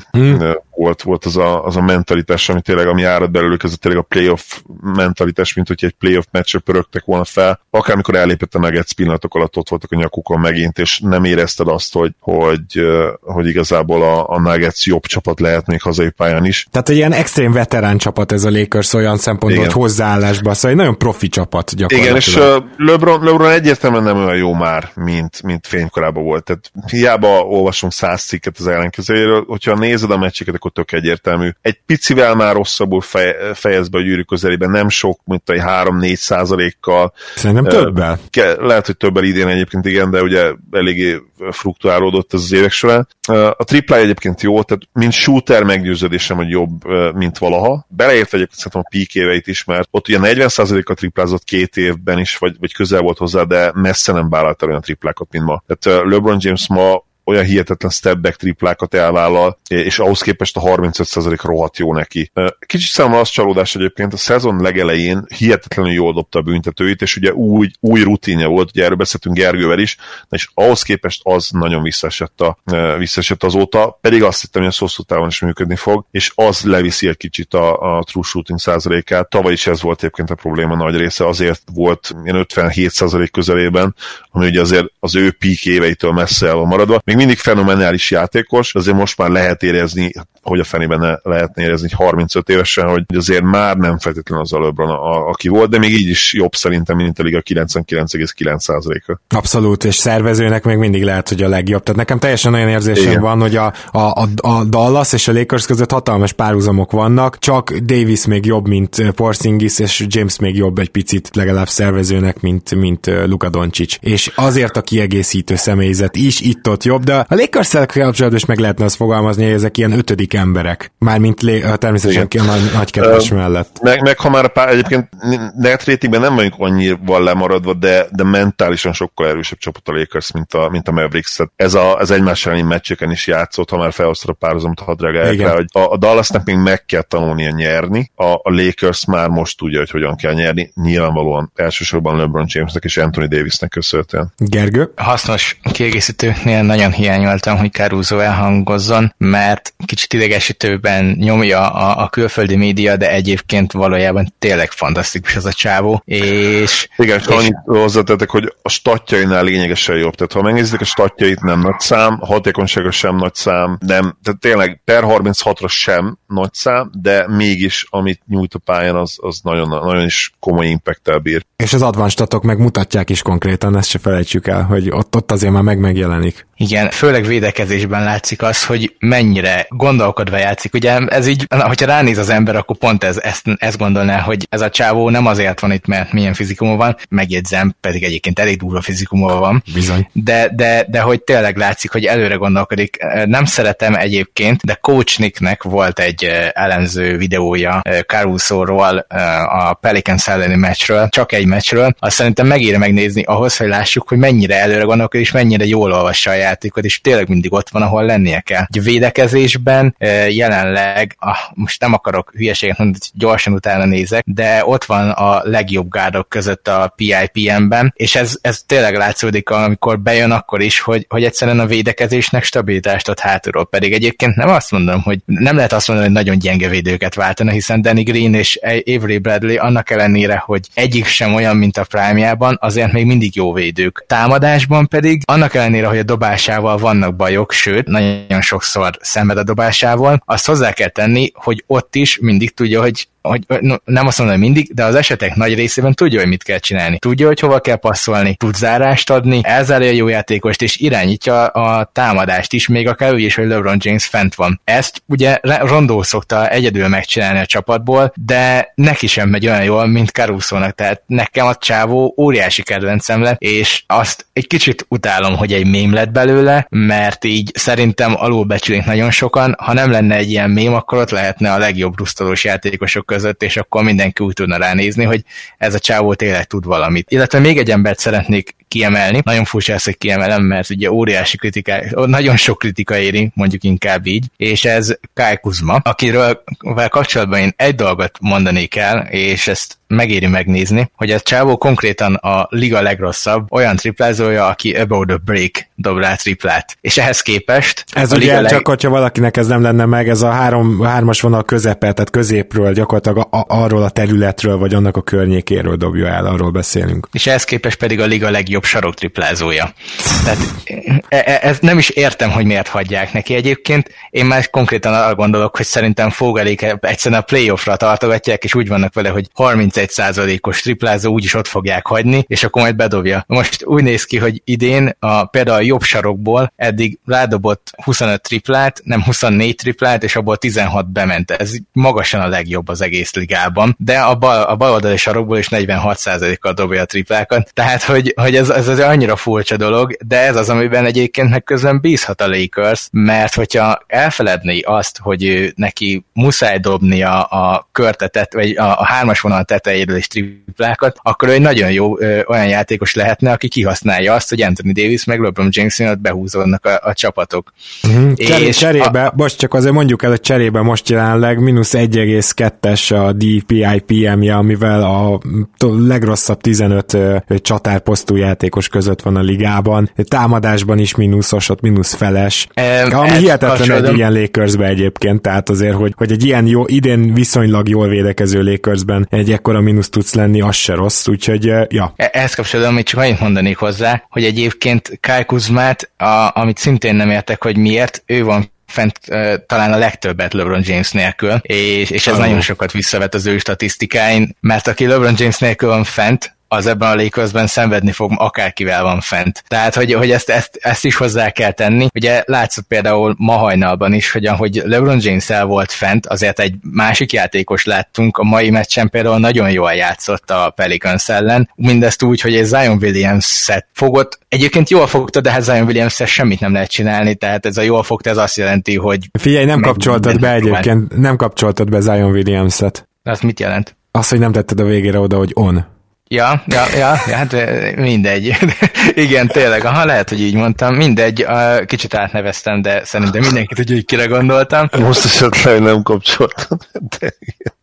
Volt az a mentalitás, ami árad belőlük, ez tényleg a playoff mentalitás, mint hogy egy playoff meccsre pörögtek volna fel. Akármikor elépett a Nuggets pillanatok alatt ott voltak a nyakukon megint, és nem érezted azt, hogy igazából a Nuggets jobb csapat lehet még hazai pályán is.
Tehát egy ilyen extrém veterán csapat ez a Lakers olyan szempontból, hogy hozzáállásban, szóval egy nagyon profi csapat gyakorlatilag.
Igen, és LeBron egyértelműen nem olyan jó már, mint fénykorában volt. Tehát hiába olvasunk 100 cikket az ellenkezőjéről, hogyha nézed a meccseket, akkor tök egyértelmű. Egy picivel már rosszabbul fejez be a gyűrű közelében, nem sok, mint egy 3-4%-kal.
Szerintem többel.
Lehet, hogy többel idén egyébként igen, de ugye eléggé fluktuálódott ez az évek során. A triplája egyébként jó, tehát mint shooter meggyőződésem, hogy jobb, mint valaha. Beleértve egyébként szerintem a peak éveit is, mert ott ugye 40%-kal triplázott 2 évben is, vagy közel volt hozzá, de messze nem vállalt olyan triplákat, mint ma. Tehát LeBron James ma olyan hihetetlen step-back triplákat elvállal, és ahhoz képest a 35% rohadt jó neki. Kicsit számomra az csalódás egyébként, a szezon legelején hihetetlenül jól dobta a büntetőit, és ugye új rutinja volt, ugye erről beszéltünk Gergővel is, és ahhoz képest az nagyon visszaesett azóta, pedig azt hittem, hogy a hosszú távon is működni fog, és az leviszi egy kicsit a true shooting százalékát. Tavaly is ez volt egyébként a probléma nagy része, azért volt ilyen 57% közelében, ami ugye azért az ő peak éveitől messze el van maradva. Még mindig fenomenális játékos, azért most már lehet érezni, hogy a fenében lehetne érezni 35 évesen, hogy azért már nem feltétlenül az a LeBron, aki volt, de még így is jobb szerintem, mint a liga 99,9%-a.
Abszolút, és szervezőnek még mindig lehet, hogy a legjobb. Tehát nekem teljesen olyan érzésem van, hogy a Dallas és a Lakers között hatalmas párhuzamok vannak, csak Davis még jobb, mint Porzingis, és James még jobb egy picit legalább szervezőnek, mint Luka Doncic. És azért a kiegészítő személyzet is itt-ott jobb, de a Lakers-szel kapcsolatban is meg lehetne azt fogalmazni, hogy ezek ilyen 5. harmadik emberek. Mármint természetesen ki a nagy kedves mellett.
Meg ha már egyébként net ratingben nem vagyunk annyival lemaradva, de mentálisan sokkal erősebb csapat a Lakers, mint a Mavericks. Ez egymás elleni meccseken is játszott, ha már felhoztad a párhuzamot, ha drágálják rá, hogy a Dallasnak még meg kell tanulnia nyerni, a Lakers már most tudja, hogy hogyan kell nyerni, nyilvánvalóan elsősorban LeBron Jamesnek és Anthony Davisnek köszönhetően.
Gergő?
Hasznos kiegészítőknél nagyon hiányoltam, hogy Caruso elhangozzon, mert kicsit idegesítőben nyomja a külföldi média, de egyébként valójában tényleg fantasztikus ez a csávó. És
annyit hozzátettek, hogy a statjainál lényegesen jobb. Tehát ha megnézitek a statjait, nem nagy szám, a hatékonysága sem nagy szám, nem, tehát tényleg per 36-ra sem nagy szám, de mégis amit nyújt a pályán, az nagyon, nagyon is komoly impact-tel bír.
És az advanced statok meg mutatják is konkrétan, ezt se felejtsük el, hogy ott azért már megjelenik.
Igen, főleg védekezésben látszik az, hogy mennyire gondolkodva játszik. Ugye ez így, hogyha ránéz az ember, akkor pont ezt gondolná, hogy ez a csávó nem azért van itt, mert milyen fizikumon van, megjegyzem, pedig egyébként elég durva fizikumon van.
Bizony.
De hogy tényleg látszik, hogy előre gondolkodik. Nem szeretem egyébként, de Coach Nicknek volt egy elemző videója Caruso-ról, a Pelicans elleni meccsről, csak egy meccsről. Azt szerintem megéri megnézni ahhoz, hogy lássuk, hogy mennyire előre gondolkodik, és mennyire jól olvassa a játékot, és tényleg mindig ott van, ahol lennie kell. A védekezésben jelenleg, most nem akarok hülyeséget mondani, gyorsan utána nézek, de ott van a legjobb gárdok között a PIPM-ben, és ez tényleg látszódik, amikor bejön akkor is, hogy egyszerűen a védekezésnek stabilitást ad hátulról. Pedig egyébként nem lehet azt mondani, hogy nagyon gyenge védőket váltana, hiszen Danny Green és Avery Bradley annak ellenére, hogy egyik sem olyan, mint a prime-jában, azért még mindig jó védők. Támadásban pedig, annak ellenére, hogy a dobásával vannak bajok, sőt, nagyon sokszor szenved a dobásával, azt hozzá kell tenni, hogy ott is mindig tudja, hogy nem azt mondom, hogy mindig, de az esetek nagy részében tudja, hogy mit kell csinálni. Tudja, hogy hova kell passzolni, tud zárást adni, elzárja a jó játékost, és irányítja a támadást is, még akár úgy is, hogy LeBron James fent van. Ezt ugye Rondo szokta egyedül megcsinálni a csapatból, de neki sem megy olyan jól, mint Caruso-nak, tehát nekem a csávó óriási kedvencem lett, és azt egy kicsit utálom, hogy egy mém lett belőle, mert így szerintem alulbecsülik nagyon sokan, ha nem lenne egy ilyen mém, akkor ott lehetne a legjobb rusztolós játékosok között, és akkor mindenki úgy tudna ránézni, hogy ez a csávó tényleg tud valamit. Illetve még egy embert szeretnék kiemelni. Nagyon furcsa ezt, hogy kiemelem, mert ugye óriási nagyon sok kritika éri, mondjuk inkább így, és ez Kyle Kuzma, akiről kapcsolatban én egy dolgot mondanék el, és ezt megéri megnézni, hogy a csávó konkrétan a liga legrosszabb olyan triplázója, aki above the break dob rá triplát. És ehhez képest...
Ez ugye csak, hogyha valakinek ez nem lenne meg, ez a hármas vonal közepe, tehát középről, gyakorlatilag arról a területről, vagy annak a környékéről dobja el, arról beszélünk.
És ehhez képest pedig a liga legjobb saroktriplázója. Tehát ez nem is értem, hogy miért hagyják neki egyébként. Én már konkrétan arra gondolok, hogy szerintem Fogelék egyszerűen a playoffra tartogatják, és úgy vannak vele, hogy 31%-os triplázó úgyis ott fogják hagyni, és akkor majd bedobja. Most úgy néz ki, hogy idén például a jobb sarokból eddig rádobott 25 triplát, nem 24 triplát, és abból 16 bement. Ez magasan a legjobb az egész ligában, de a bal oldali sarokból is 46%-kal dobja a triplákat. Tehát, hogy ez annyira furcsa dolog, de ez az, amiben egyébként meg közben bízhat a Lakers, mert hogyha elfeledné azt, hogy neki muszáj dobni a körtetet, vagy a hármas vonal tetejéről is triplákat, akkor ő egy nagyon jó olyan játékos lehetne, aki kihasználja azt, hogy Anthony Davis meg LeBron James miatt behúzódnak a csapatok.
És cserébe, most csak azért mondjuk el, hogy cserébe most jelenleg -1,2-es a DPI-PM-je, amivel a legrosszabb 15 csatárposztú játékos között van a ligában. Támadásban is mínuszos, ott mínuszfeles. Ami hihetetlen egy ilyen Lakersbe egyébként, tehát azért, hogy egy ilyen jó, idén viszonylag jól védekező Lakersben egy ekkora mínusz tudsz lenni, az se rossz, úgyhogy ja.
Ehhez kapcsolatban még csak annyit mondanék hozzá, hogy egyébként Kyle Kuzmát, amit szintén nem értek, hogy miért, ő van fent talán a legtöbbet LeBron James nélkül, és ez nagyon sokat visszavet az ő statisztikáin, mert aki LeBron James nélkül van fent, az ebben a Lakersben szenvedni fog, akárkivel van fent. Tehát, hogy ezt is hozzá kell tenni. Ugye látszott például ma hajnalban is, hogy ahogy LeBron James-el volt fent, azért egy másik játékos láttunk, a mai meccsen például nagyon jól játszott a Pelicans ellen. Mindezt úgy, hogy egy Zion Williams-et fogott. Egyébként jól fogta, de hát Zion Williams-el semmit nem lehet csinálni, tehát ez a jól fogta, ez azt jelenti, hogy...
Figyelj, nem kapcsoltad be egyébként, nem kapcsoltad be Zion Williams-et.
Az mit jelent?
Azt, hogy nem tetted a végére oda, hogy on.
Ja, hát mindegy. Igen, tényleg, lehet, hogy így mondtam. Mindegy, kicsit átneveztem, de szerintem mindenki tudja, hogy kire gondoltam.
Most esetleg nem kapcsoltam, de igen.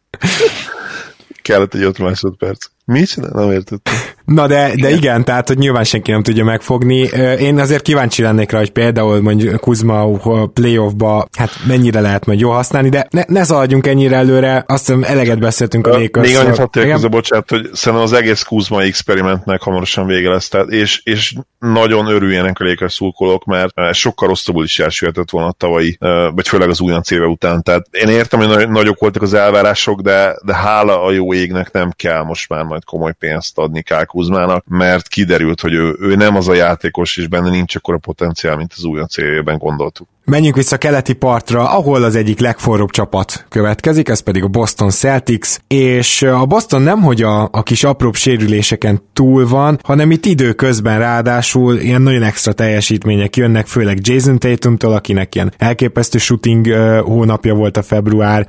Kellett egy 5 másodperc. Mit csinál? Nem értettem.
Na de igen, tehát, hogy nyilván senki nem tudja megfogni. Én azért kíváncsi lennék rá, hogy például mondjuk Kuzma playoffba, hát mennyire lehet majd jól használni, de ne szaladjunk ennyire előre, azt hiszem eleget beszéltünk a Lakersről.
Még annyit hadd tegyek hozzá, bocsánat, hogy szerintem az egész Kuzma experimentnek hamarosan vége lesz, tehát, és nagyon örüljenek a Lakers szurkolók, mert sokkal rosszabbul is elsülhetett volna a tavalyi, vagy főleg az újonc éve után. Tehát én értem, hogy nagyok voltak az elvárások, de hála a jó égnek nem kell most már majd komoly pénzt adni Kyle Kuzmának, mert kiderült, hogy ő nem az a játékos, és benne nincs akkora potenciál, mint az újonc évében gondoltuk.
Menjünk vissza a keleti partra, ahol az egyik legforróbb csapat következik, ez pedig a Boston Celtics, és a Boston nemhogy a kis apróbb sérüléseken túl van, hanem itt időközben ráadásul ilyen nagyon extra teljesítmények jönnek, főleg Jason Tatumtól, akinek ilyen elképesztő shooting hónapja volt a február,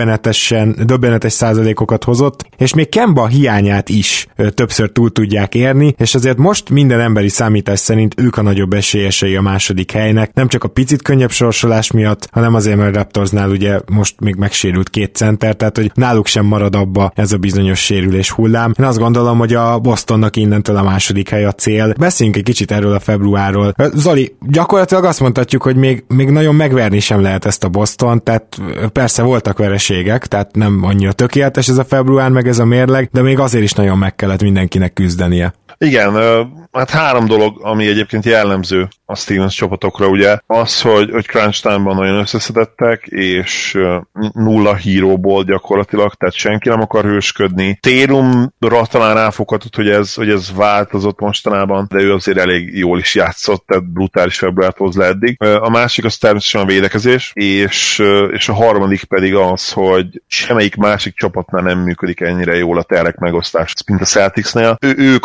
döbbenetes százalékokat hozott, és még Kemba hiányát is többször túl tudják érni, és azért most minden emberi számítás szerint ők a nagyobb esélyesei a második helynek, nem csak a picit könnyebb sorsolás miatt, hanem azért, mert a Raptorsnál ugye most még megsérült 2 center, tehát hogy náluk sem marad abba ez a bizonyos sérülés hullám. Én azt gondolom, hogy a Bostonnak innentől a második hely a cél. Beszéljünk egy kicsit erről a februárról. Zoli, gyakorlatilag azt mondhatjuk, hogy még nagyon megverni sem lehet ezt a Boston, tehát persze voltak vereségek, tehát nem annyira tökéletes ez a február, meg ez a mérleg, de még azért is nagyon meg kellett mindenkinek küzdenie.
Igen, hát 3 dolog, ami egyébként jellemző a Stevens csapatokra, ugye, az, hogy crunch time-ban nagyon összeszedettek, és 0 híróból gyakorlatilag, tehát senki nem akar hősködni. Tatumra talán ráfoghatott, hogy ez változott mostanában, de ő azért elég jól is játszott, tehát brutális februárt hoz le eddig. A másik az természetesen a védekezés, és a harmadik pedig az, hogy semmelyik másik csapatnál nem működik ennyire jól a terek megosztás, mint a Celticsnél.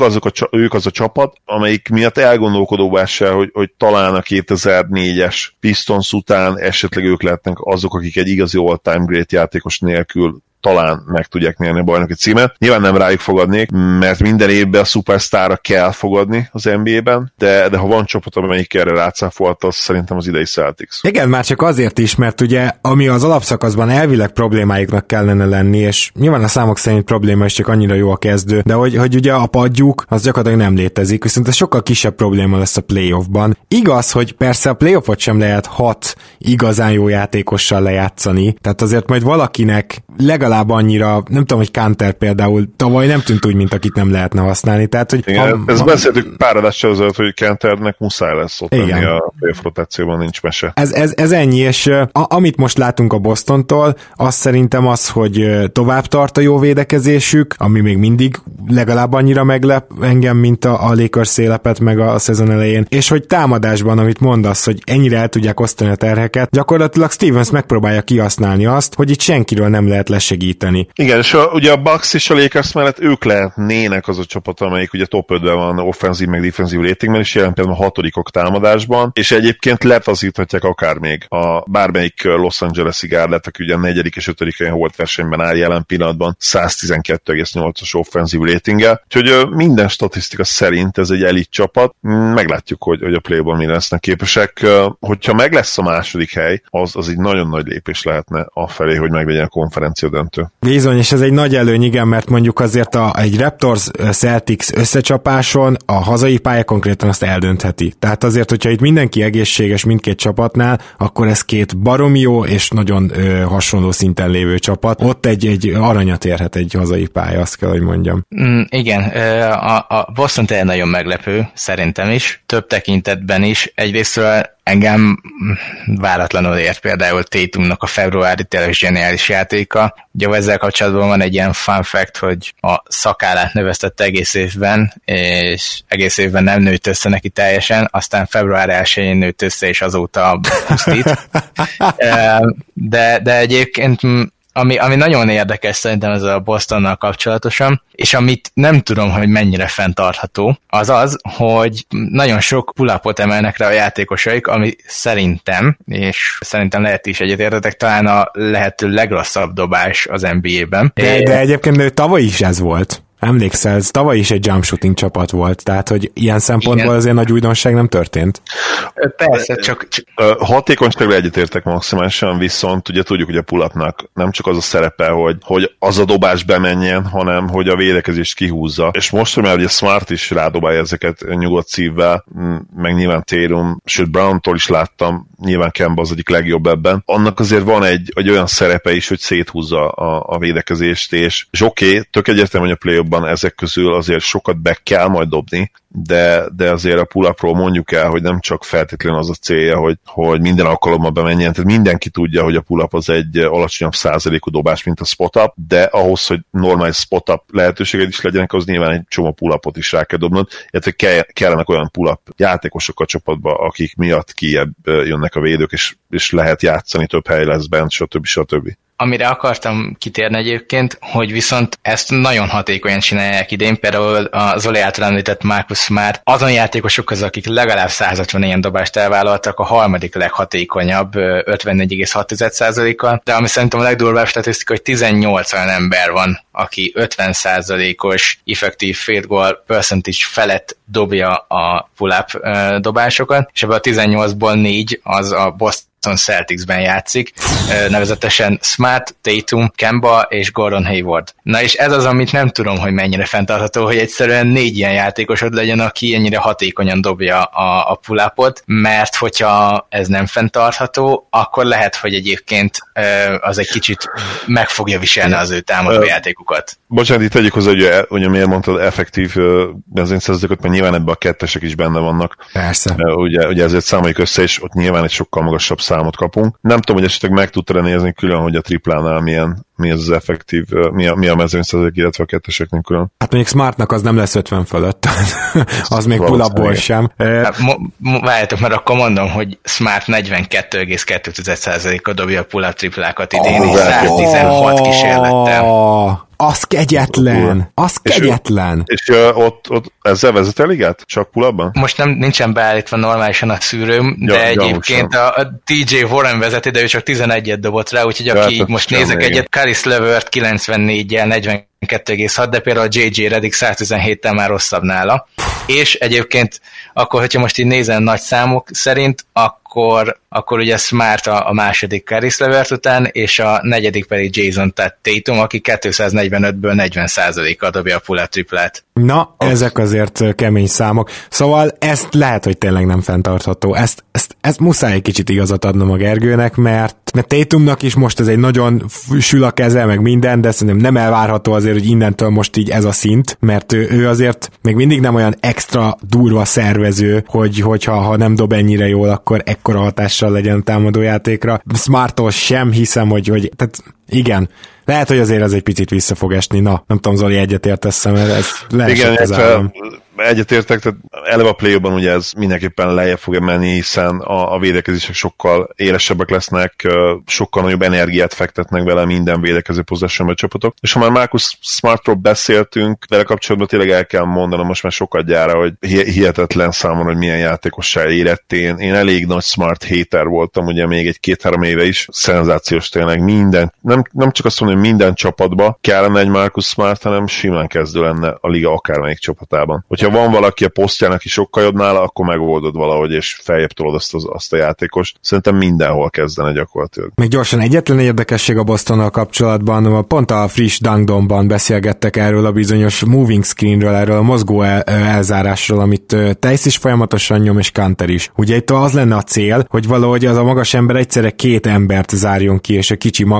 Ők az a csapat, amelyik miatt elgondolkodóvá se, hogy talán a 2004-es Pistons után esetleg ők lehetnek azok, akik egy igazi all-time great játékos nélkül talán meg tudják nyerni a bajnoki címet. Nyilván nem rájuk fogadnék, mert minden évben a szupersztárra kell fogadni az NBA-ben, de ha van csapat, amelyik erre rácáfolt, az szerintem az idei Celtics.
Igen, már csak azért is, mert ugye ami az alapszakaszban elvileg problémáiknak kellene lenni, és nyilván a számok szerint probléma is csak annyira jó a kezdő, de hogy ugye a padjuk az gyakorlatilag nem létezik, viszont ez sokkal kisebb probléma lesz a playoffban. Igaz, hogy persze a playoffot sem lehet 6 igazán jó játékossal lejátszani, tehát azért majd valakinek legalább annyira, nem tudom, hogy Kanter például tavaly nem tűnt úgy, mint akit nem lehetne használni. Tehát, hogy
igen, ezt beszéltük pár adással azért, hogy Kanternek muszáj lesz ott lenni a playoff rotációban, nincs mese. Ez ennyi, és amit most látunk a Bostontól, az szerintem az, hogy tovább tart a jó védekezésük, ami még mindig legalább annyira meglep engem, mint a Lakers szélepet meg a szezon elején, és hogy támadásban, amit mondasz, hogy ennyire el tudják osztani a terheket, gyakorlatilag Stevens megpróbálja kihasználni azt, hogy itt senkiről nem lehet lesegíteni. Igen, és ugye a Bucks és a Lakers mellett ők lehetnének az a csapat, amelyik ugye top 5-ben van offenzív meg defenzív ratingben, és jelen például a 6. támadásban, és egyébként letazíthatják akár még a bármelyik Los Angeles-i gárdát, aki ugye a 4. és 5. helyen holt versenyben áll jelen pillanatban 112,8-as offenzív ratinggel. Úgyhogy minden statisztika szerint ez egy elit csapat. Meglátjuk, hogy a play-ban mire lesznek képesek. Hogyha meg lesz a második hely, az egy nagyon nagy lépés lehetne afelé, hogy meglegyen a konferencia döntő.
Bizony, és ez egy nagy előny, igen, mert mondjuk azért egy Raptors-Celtics összecsapáson a hazai pálya konkrétan azt eldöntheti. Tehát azért, hogyha itt mindenki egészséges mindkét csapatnál, akkor ez 2 baromi jó és nagyon hasonló szinten lévő csapat. Ott egy aranyat érhet egy hazai pálya, azt kell, hogy mondjam.
Igen, a Boston tényleg nagyon meglepő, szerintem is, több tekintetben is. Egyrésztről engem váratlanul ért például Tatumnak a februári tényleg zseniális játéka. Ugye ezzel kapcsolatban van egy ilyen fun fact, hogy a szakállát növesztette egész évben, és egész évben nem nőtt össze neki teljesen, aztán február 1-én nőtt össze, és azóta pusztít. De egyébként ami nagyon érdekes szerintem ez a Bostonnal kapcsolatosan, és amit nem tudom, hogy mennyire fenntartható, az az, hogy nagyon sok pull-upot emelnek rá a játékosaik, ami szerintem, és szerintem lehet is egyetértetek, talán a lehető legrosszabb dobás az NBA-ben.
De egyébként tavaly is ez volt. Emlékszel, ez tavaly is egy jump shooting csapat volt, tehát hogy ilyen szempontból igen. Azért nagy újdonság nem történt.
Persze, csak...
Hatékonyságra egyetértek maximálisan, viszont ugye tudjuk, hogy a pull-upnak nem csak az a szerepe, hogy az a dobás bemenjen, hanem hogy a védekezést kihúzza. És most, hogy már ugye Smart is rádobálja ezeket nyugodt szívvel, meg nyilván Tatum, sőt Brown-tól is láttam, nyilván Kemba az egyik legjobb ebben. Annak azért van egy olyan szerepe is, hogy széthúzza a védekezést, és oké, tök egyértelmű, hogy a play-offban ezek közül azért sokat be kell majd dobni, de azért a pull-upról mondjuk el, hogy nem csak feltétlenül az a célja, hogy minden alkalommal bemenjen, tehát mindenki tudja, hogy a pull-up az egy alacsonyabb százalékú dobás, mint a spot-up, de ahhoz, hogy normális spot-up lehetőséged is legyenek, az nyilván egy csomó pull-upot is rá kell dobnod, illetve kellenek olyan pull-up játékosok a csapatba, akik miatt kijebb jönnek a védők, és lehet játszani, több hely lesz bent, stb.
Amire akartam kitérni egyébként, hogy viszont ezt nagyon hatékonyan csinálják idén, például a Zoli által említett Marcus Smart azon játékosok közül, akik legalább 160 ilyen dobást elvállaltak, a harmadik leghatékonyabb 54,6%-kal, de ami szerintem a legdurvább statisztika, hogy 18 olyan ember van, aki 50%-os effective field goal percentage felett dobja a pull-up dobásokat, és ebből a 18-ból 4 az a Boston Celticsben játszik, nevezetesen Smart, Tatum, Kemba és Gordon Hayward. Na és ez az, amit nem tudom, hogy mennyire fenntartható, hogy egyszerűen 4 ilyen játékosod legyen, aki ennyire hatékonyan dobja a pull-upot, mert hogyha ez nem fenntartható, akkor lehet, hogy egyébként az egy kicsit meg fogja viselni az ő támadó játékukat.
Bocsánat, itt tegyük hozzá, hogy miért mondtad effektív benzinszerzőket, mert nyilván ebben a kettesek is benne vannak.
Persze.
Ugye ezért számoljuk össze, és ott nyilván egy sokkal magasabb számot kapunk. Nem tudom, hogy esetleg meg tudtad nézni külön, hogy a triplánál mi az effektív, mi a mezőnyszerzők, illetve a ketteseknél külön. Hát
mondjuk Smartnak az nem lesz 50 fölött, az még pull-upból sem.
Várjátok, mert akkor mondom, hogy Smart 42,2%-a dobja a pull-up triplákat idén, és 116 kísérlettel.
Az kegyetlen!
És ott ezzel vezet el ligát? Csak pull-upban?
Most nincsen beállítva normálisan a szűrőm, de egyébként a TJ Warren vezeti, de ő csak 11-et dobott rá, úgyhogy aki így most nézek egyet, Caris LeVert 94-jel 42,6, de például a JJ Redick 117-tel már rosszabb nála. És egyébként akkor, hogyha most így nézem nagy számok szerint, akkor ugye Smart a második Caris LeVert után, és a negyedik pedig Jason, tehát Tatum, aki 245-ből 40%-kal dobja a pull-up triplát.
Na, ezek azért kemény számok. Szóval ezt lehet, hogy tényleg nem fenntartható. Ezt muszáj egy kicsit igazat adnom a Gergőnek, mert Tatumnak is most ez egy nagyon sül a keze, meg minden, de szerintem nem elvárható azért, hogy innentől most így ez a szint, mert ő azért még mindig nem olyan extra durva szervező, hogyha nem dob ennyire jól, akkor ekkora hatással legyen támadójátékra. Smarttól sem hiszem, hogy tehát igen, lehet, hogy azért ez egy picit vissza fog esni. Na, nem tudom, Zoli, egyetértesz, mert ez leesett az állam.
Egyetértek, tehát eleve a play-ban ugye ez mindenképpen lejjebb fog menni, hiszen a védekezések sokkal élesebbek lesznek, sokkal nagyobb energiát fektetnek vele minden védekező possessionbe csapatok. És ha már Marcus Smartról beszéltünk, vele kapcsolatban tényleg el kell mondanom most már sokat hogy hihetetlen számomra, hogy milyen játékossá érett. Én elég nagy Smart hater voltam, ugye még egy 2-3 éve is. Szenzációs tényleg minden, nem csak azt mondom, hogy minden csapatba kellene egy Marcus Smart, hanem simán kezdő lenne a liga akármelyik csapatában. Hogyha van valaki a posztján, aki sokkal jobb nála, akkor megoldod valahogy, és feljebb tolod azt a játékost. Szerintem mindenhol kezdene gyakorlatilag.
Még gyorsan egyetlen érdekesség a Bostonnal kapcsolatban, pont a friss Dunkdomban beszélgettek erről a bizonyos moving screenről, erről a mozgó elzárásról, amit Tejsz is folyamatosan nyom, és Kanter is. Ugye itt az lenne a cél, hogy valahogy az a magas ember egyszerre 2 embert zárjon ki, és a kicsi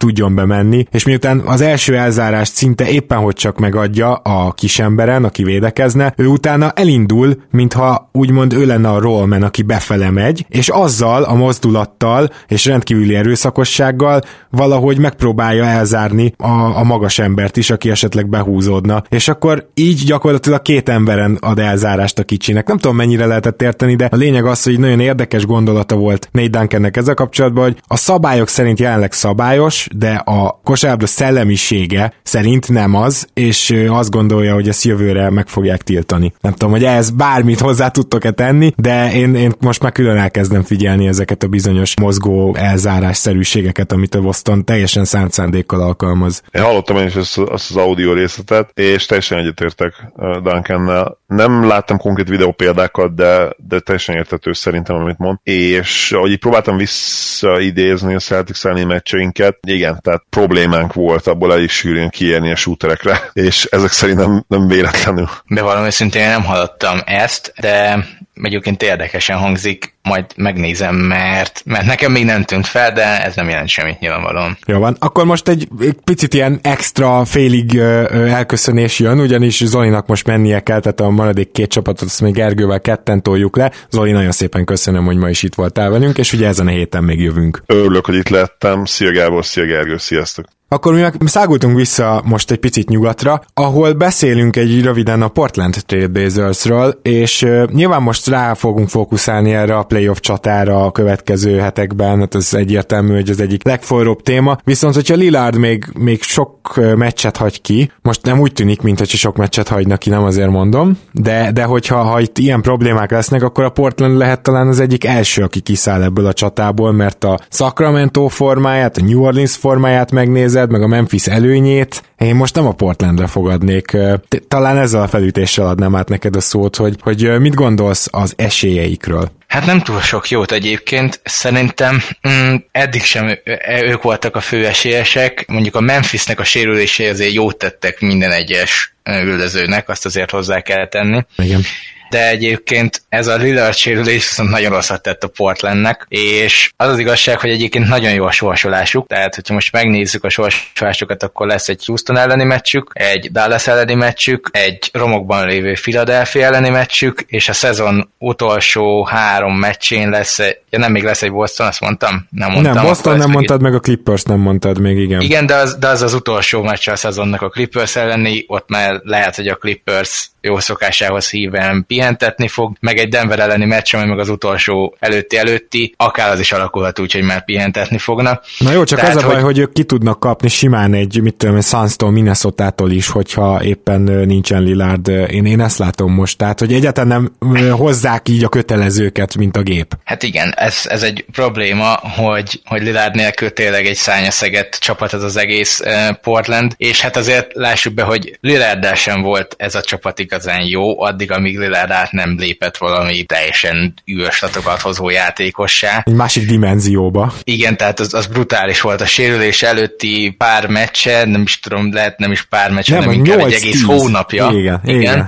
tudjon bemenni, és miután az első elzárást szinte éppen hogy csak megadja a kisemberen, aki védekezne, ő utána elindul, mintha úgymond ő lenne a rollman, aki befele megy, és azzal a mozdulattal és rendkívüli erőszakossággal valahogy megpróbálja elzárni a magas embert is, aki esetleg behúzódna. És akkor így gyakorlatilag két emberen ad elzárást a kicsinek. Nem tudom, mennyire lehetett érteni, de a lényeg az, hogy nagyon érdekes gondolata volt Nate Duncannek ezzel kapcsolatban, hogy a szabályok szerint jelenleg szabályos, de a kosárlabda szellemisége szerint nem az, és azt gondolja, hogy ezt jövőre meg fogják tiltani. Nem tudom, hogy ehhez bármit hozzá tudtok-e tenni, de én most már külön elkezdem figyelni ezeket a bizonyos mozgó elzárásszerűségeket, amit a Boston teljesen szánt szándékkal alkalmaz.
Én hallottam én is azt az audio részletet, és teljesen egyetértek Duncannel. Nem láttam konkrét videópéldákat, de teljesen értető szerintem, amit mond. És ahogy így próbáltam visszaidézni a Celtics elleni meccseinket, igen, tehát problémánk volt abból elég sűrűn kiérni a shooterekre, és ezek szerint nem véletlenül.
Bevallom őszintén, nem hallottam ezt, de egyébként érdekesen hangzik, majd megnézem, mert nekem még nem tűnt fel, de ez nem jelent semmit nyilvánvalóan.
Jó van, akkor most egy picit ilyen extra félig elköszönés jön, ugyanis Zolinak most mennie kell, tehát a maradék két csapatot azt még Gergővel ketten toljuk le. Zoli, nagyon szépen köszönöm, hogy ma is itt voltál velünk, és ugye ezen a héten még jövünk.
Örülök, hogy itt lettem. Szia Gábor, szia Gergő, sziasztok!
Akkor mi meg szágultunk vissza most egy picit nyugatra, ahol beszélünk egy röviden a Portland Trail Blazersről, és nyilván most rá fogunk fókuszálni erre a playoff csatára a következő hetekben, hát ez egyértelmű, hogy az egyik legforróbb téma, viszont hogyha Lillard még sok meccset hagy ki, most nem úgy tűnik, mintha sok meccset hagynak ki, nem azért mondom, de hogyha itt ilyen problémák lesznek, akkor a Portland lehet talán az egyik első, aki kiszáll ebből a csatából, mert a Sacramento formáját, a New Orleans formáját megnézed, meg a Memphis előnyét, én most nem a Portlandre fogadnék. Talán ezzel a felütéssel adnám át neked a szót, hogy mit gondolsz az esélyeikről?
Hát nem túl sok jót egyébként, szerintem eddig sem ők voltak a fő esélyesek, mondjuk a Memphisnek a sérülései azért jót tettek minden egyes üldözőnek, azt azért hozzá kell tenni.
Igen.
De egyébként ez a Lillard sérülés viszont nagyon rosszat tett a Portlandnek, és az az igazság, hogy egyébként nagyon jó a sorsolásuk, tehát hogyha most megnézzük a sorsolásukat, akkor lesz egy Houston elleni meccsük, egy Dallas elleni meccsük, egy romokban lévő Philadelphia elleni meccsük, és a szezon utolsó 3 meccsén lesz, nem még lesz egy Boston, azt mondtam? Nem,
Boston nem mondtad, meg a Clippers nem mondtad még, igen.
Igen, de az utolsó meccs a szezonnak a Clippers elleni, ott már lehet, hogy a Clippers jó szokásához híven pihentetni fog, meg egy Denver elleni meccs, ami meg az utolsó előtti, akár az is alakulhat úgy, hogy már pihentetni fognak.
Na jó, csak tehát, az a baj, hogy ők ki tudnak kapni simán egy, Suns-tól, Minnesota-tól is, hogyha éppen nincsen Lillard. Én ezt látom most, tehát, hogy egyáltalán nem hozzák így a kötelezőket, mint a gép.
Hát igen, ez egy probléma, hogy Lillard nélkül tényleg egy szányaszeget csapat ez az egész Portland, és hát azért lássuk be, hogy Lillarddal sem volt ez a csapat igazán jó, addig, amíg Lillard át nem lépett valami teljesen űrstatokat hozó játékossá.
Egy másik dimenzióba.
Igen, tehát az brutális volt a sérülés előtti pár meccse, nem is tudom, lehet nem is pár meccse, hanem inkább egy egész hónapja. Igen.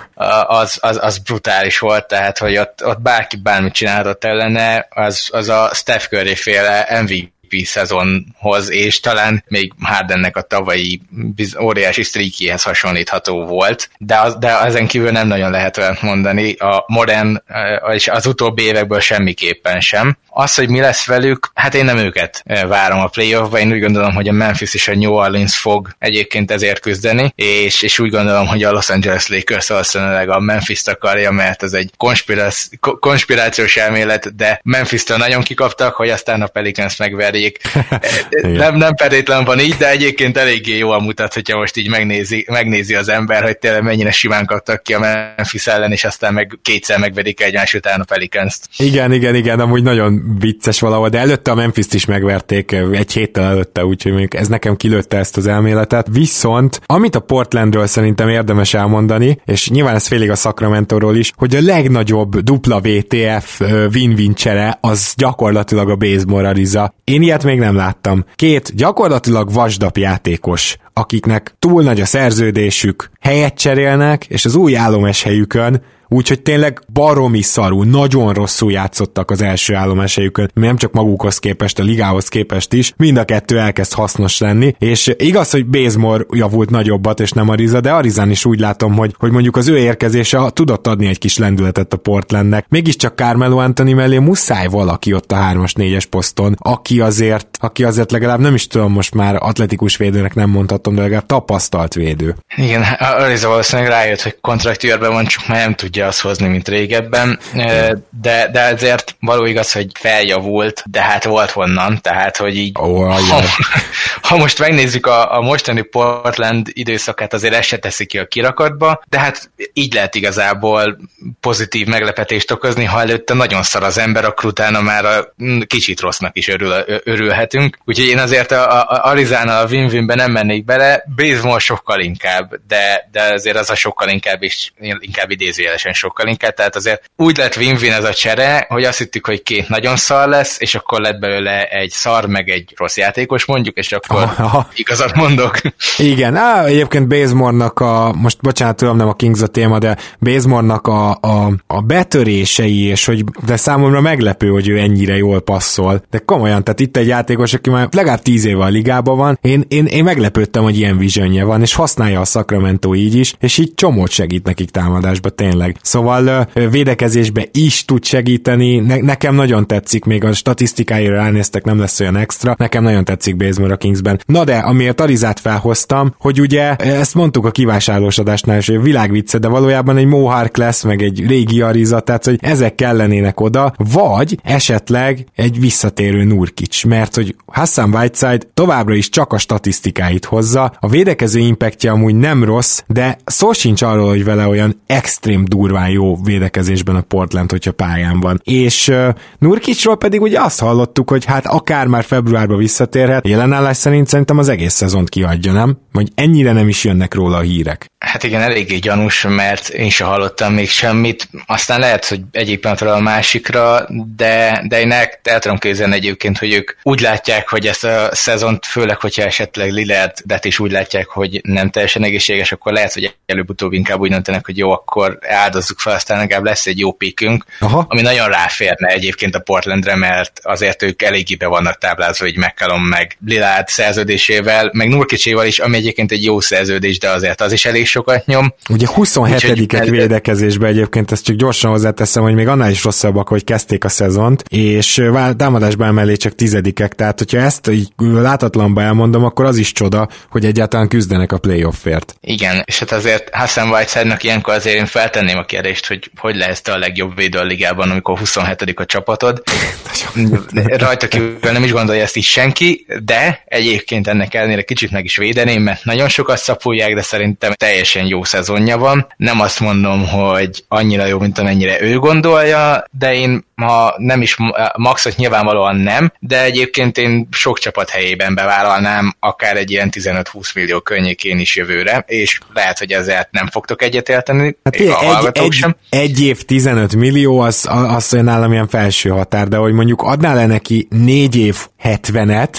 Az brutális volt, tehát, hogy ott bárki bármit csinálhatott ellene, az a Steph Curry féle MVP szezonhoz, és talán még Hardennek a tavalyi óriási streakihez hasonlítható volt, de ezen kívül nem nagyon lehet olyat mondani, a Moren és az utóbbi évekből semmiképpen sem. Az, hogy mi lesz velük, hát én nem őket várom a playoffba, én úgy gondolom, hogy a Memphis és a New Orleans fog egyébként ezért küzdeni, és úgy gondolom, hogy a Los Angeles Lakers valószínűleg a Memphis-t akarja, mert ez egy konspirációs elmélet, de Memphis-től nagyon kikaptak, hogy aztán a Pelicans megverjék. nem feltétlen van így, de egyébként eléggé jól mutat, hogyha most így megnézi az ember, hogy tényleg mennyire simán kaptak ki a Memphis ellen, és aztán meg kétszer megverik egymás után a Pelicans-t.
Igen, amúgy nagyon vicces valahol, de előtte a Memphis-t is megverték egy héttel előtte, úgyhogy mondjuk ez nekem kilőtte ezt az elméletet. Viszont, amit a Portlandről szerintem érdemes elmondani, és nyilván ez félig a Sacramento-ról is, hogy a legnagyobb WTF win-win csere az gyakorlatilag a Bazemore Ariza. Én ilyet még nem láttam. 2 gyakorlatilag vasdap játékos, akiknek túl nagy a szerződésük, helyet cserélnek, és az új állomes helyükön úgyhogy tényleg baromi szarul, nagyon rosszul játszottak az első állomásejükön, nem csak magukhoz képest, a ligához képest is, mind a kettő elkezd hasznos lenni, és igaz, hogy Bazemore javult nagyobbat, és nem Ariza, de Arizán is úgy látom, hogy mondjuk az ő érkezése tudott adni egy kis lendületet a Portlandnek. Mégiscsak Carmelo Anthony mellé muszáj valaki ott a 3-as, 4-es poszton, aki azért legalább nem is tudom, most már atletikus védőnek nem mondhatom, de legalább tapasztalt védő.
Igen, Ariza valószínűleg rájött, hogy kontraktőrben van, csak már nem tudja azt hozni, mint régebben, de ezért való igaz, hogy feljavult, de hát volt honnan, tehát, hogy így ha most megnézzük a mostani Portland időszakát, azért ezt se teszi ki a kirakatba, de hát így lehet igazából pozitív meglepetést okozni, ha előtte nagyon szar az ember, akkor utána már a kicsit rossznak is örülhetünk. Úgyhogy én azért a Arizánnal a win-winbe nem mennék bele, Bazemore sokkal inkább, de azért az a sokkal inkább is, inkább idézőjelesen sokkal inkább, tehát azért úgy lett win-win ez a csere, hogy azt hittük, hogy két nagyon szar lesz, és akkor lett belőle egy szar, meg egy rossz játékos mondjuk, és akkor igazat mondok.
Igen, egyébként Bazemore-nak most bocsánat, tudom, nem a Kings a téma, de Bazemore-nak a betörései, és hogy de számomra meglepő, hogy ő ennyire jól passzol, de komolyan, tehát itt egy játékos, aki már legalább 10 éve a ligában van, én meglepődtem, hogy ilyen visionje van, és használja a Sacramento így is, és így csomót segít nekik támadásba, tényleg. Szóval védekezésbe is tud segíteni, nekem nagyon tetszik, még a statisztikáira ránéztek, nem lesz olyan extra, nekem nagyon tetszik Bazemore a Kingsben. Na de, amiért Arizát felhoztam, hogy ugye, ezt mondtuk a kivásárlós adásnál is, hogy világvicce, de valójában egy Mo Hark lesz, meg egy régi Ariza, tehát hogy ezek kellenének oda, vagy esetleg egy visszatérő Nurkic, mert hogy Hassan Whiteside továbbra is csak a statisztikáit hozza, a védekező impactja amúgy nem rossz, de szó sincs arról, hogy vele olyan extrém durván jó védekezésben a Portland, hogyha pályán van. És Nurkicról pedig ugye azt hallottuk, hogy hát akár már februárban visszatérhet, jelenállás szerint szerintem az egész szezont kiadja, nem? Vagy ennyire nem is jönnek róla a hírek.
Hát igen, eléggé gyanús, mert én sem hallottam még semmit. Aztán lehet, hogy egyik pillanatról a másikra, de én el tudom képzelni egyébként, hogy ők úgy látják, hogy ezt a szezont, főleg, hogyha esetleg Lillardet is úgy látják, hogy nem teljesen egészséges, akkor lehet, hogy előbb-utóbb inkább úgy döntenek, hogy jó, akkor áldozzuk fel, aztán legalább lesz egy jó pikünk, ami nagyon ráférne egyébként a Portlandre, mert azért ők eléggé be vannak táblázva, hogy McCallum meg Lillard szerződésével, meg Nurkicséval is, ami egyébként egy jó szerződés, de azért az is elég sokat nyom.
Ugye 27-ek védekezésbe egyébként, ezt csak gyorsan hozzáteszem, hogy még annál is rosszabbak, hogy kezdték a szezont, és támadásban emellé csak 10-ek, tehát hogyha ezt így látatlanba elmondom, akkor az is csoda, hogy egyáltalán küzdenek a playoffért.
Igen, és hát azért Hassan Whiteside-nak ilyenkor azért én feltenném a kérdést, hogy lesz te a legjobb védő a ligában, amikor 27. a csapatod. Rajta kívül nem is gondolja ezt is senki, de egyébként ennek ellenére kicsit meg is védeném, mert nagyon sokat szapulják, de szerintem teljesen jó szezonja van. Nem azt mondom, hogy annyira jó, mint amennyire ő gondolja, de én ha nem is maxot nyilvánvalóan nem, de egyébként én sok csapat helyében bevállalnám akár egy ilyen 15-20 millió környékén is jövőre, és lehet, hogy ezzel nem fogtok egyetérteni.
Hát egy év 15 millió, az nálam ilyen felső határ, de hogy mondjuk adnál-e neki 4 év 70-et,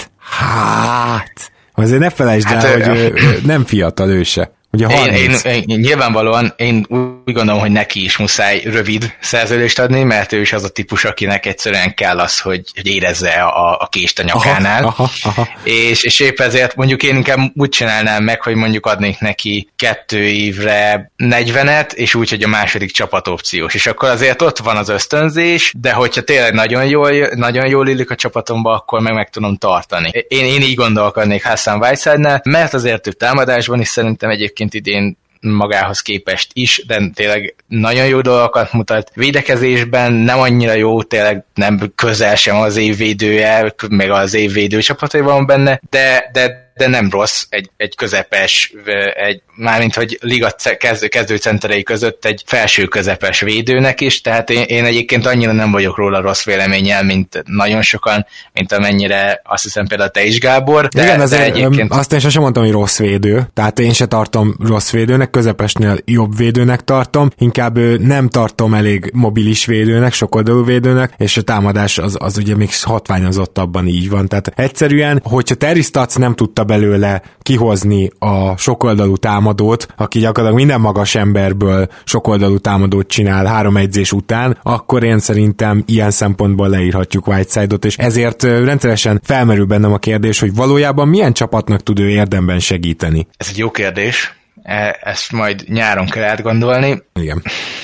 hát azért ne felejtsd el, hogy ő nem fiatal ő se. Ugye
én nyilvánvalóan én úgy gondolom, hogy neki is muszáj rövid szerződést adni, mert ő is az a típus, akinek egyszerűen kell az, hogy érezze a kést a nyakánál. Aha. És épp ezért mondjuk én inkább úgy csinálnám meg, hogy mondjuk adnék neki 2 évre 40-et, és úgy, hogy a második csapat opciós. És akkor azért ott van az ösztönzés, de hogyha tényleg nagyon jól illik a csapatomba, akkor meg tudom tartani. Én így gondolkodnék Hassan Whiteside-nál, mert azért ő támadásban is szerintem egyébként idén magához képest is, de tényleg nagyon jó dolgokat mutat. Védekezésben nem annyira jó, tényleg nem közel sem az évvédője, meg az évvédő csapatai van benne, de nem rossz, egy közepes, mármint hogy liga kezdőcenterei között egy felső közepes védőnek is, tehát én egyébként annyira nem vagyok róla rossz véleménnyel, mint nagyon sokan, mint amennyire azt hiszem például te is, Gábor.
Igen, de egyébként... azt én sem mondtam, hogy rossz védő, tehát én se tartom rossz védőnek, közepesnél jobb védőnek tartom, inkább nem tartom elég mobilis védőnek, sokoldalú védőnek, és a támadás az ugye még hatványozottabban így van, tehát egyszerűen, hogyha Terry Stotts nem tudta belőle kihozni a sokoldalú támadót, aki gyakorlatilag minden magas emberből sokoldalú támadót csinál 3 edzés után, akkor én szerintem ilyen szempontból leírhatjuk Whiteside-ot, és ezért rendszeresen felmerül bennem a kérdés, hogy valójában milyen csapatnak tud ő érdemben segíteni.
Ez egy jó kérdés. Ezt majd nyáron kell átgondolni.
Igen.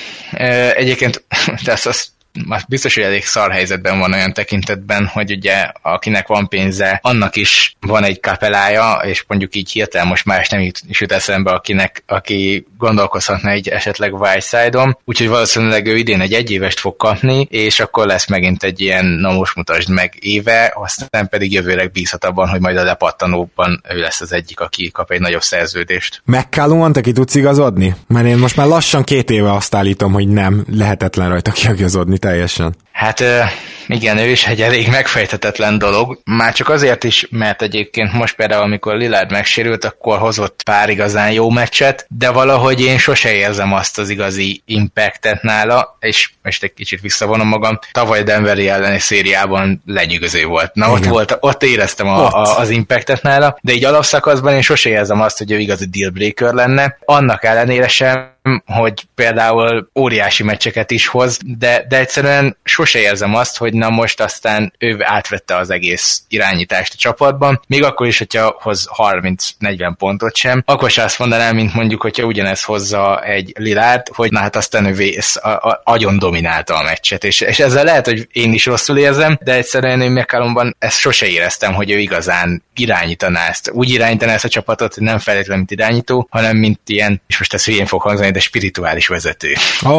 Egyébként azt biztos, hogy elég szar helyzetben van olyan tekintetben, hogy ugye akinek van pénze, annak is van egy kapelája, és mondjuk így hirtelen most más nem is jut eszembe, aki gondolkozhatna egy esetleg Whiteside-on, úgyhogy valószínűleg ő idén egy egyévest fog kapni, és akkor lesz megint egy ilyen na most mutasd meg éve, aztán pedig jövőleg bízhat abban, hogy majd a lepattanóban ő lesz az egyik, aki kap egy nagyobb szerződést.
McCallum-on te ki tudsz igazodni? Mert én most már lassan 2 éve azt állítom, hogy nem, lehetetlen rajta kiigazodni teljesen.
Hát igen, ő is egy elég megfejthetetlen dolog. Már csak azért is, mert egyébként most például, amikor Lillard megsérült, akkor hozott pár igazán jó meccset, de valahogy én sose érzem azt az igazi impactet nála, és most egy kicsit visszavonom magam, tavaly Denveri elleni szériában lenyűgöző volt. Na ott éreztem az impactet nála, de így alapszakaszban én sose érzem azt, hogy ő igazi dealbreaker lenne. Annak ellenére sem, hogy például óriási meccseket is hoz, de egyszerűen sose érzem azt, hogy na most aztán ő átvette az egész irányítást a csapatban, még akkor is, hogyha hoz 30-40 pontot sem, akkor se azt mondanám, mint mondjuk, hogyha ugyanez hozza egy Lillard, hogy na hát aztán ő agyon dominálta a meccset, és ezzel lehet, hogy én is rosszul érzem, de egyszerűen én McCallumban ezt sose éreztem, hogy ő igazán irányítaná ezt. Úgy irányítaná ezt a csapatot, hogy nem feltétlenül mint irányító, hanem mint ilyen, és most ez hülyén fog hangzani, de spirituális vezető.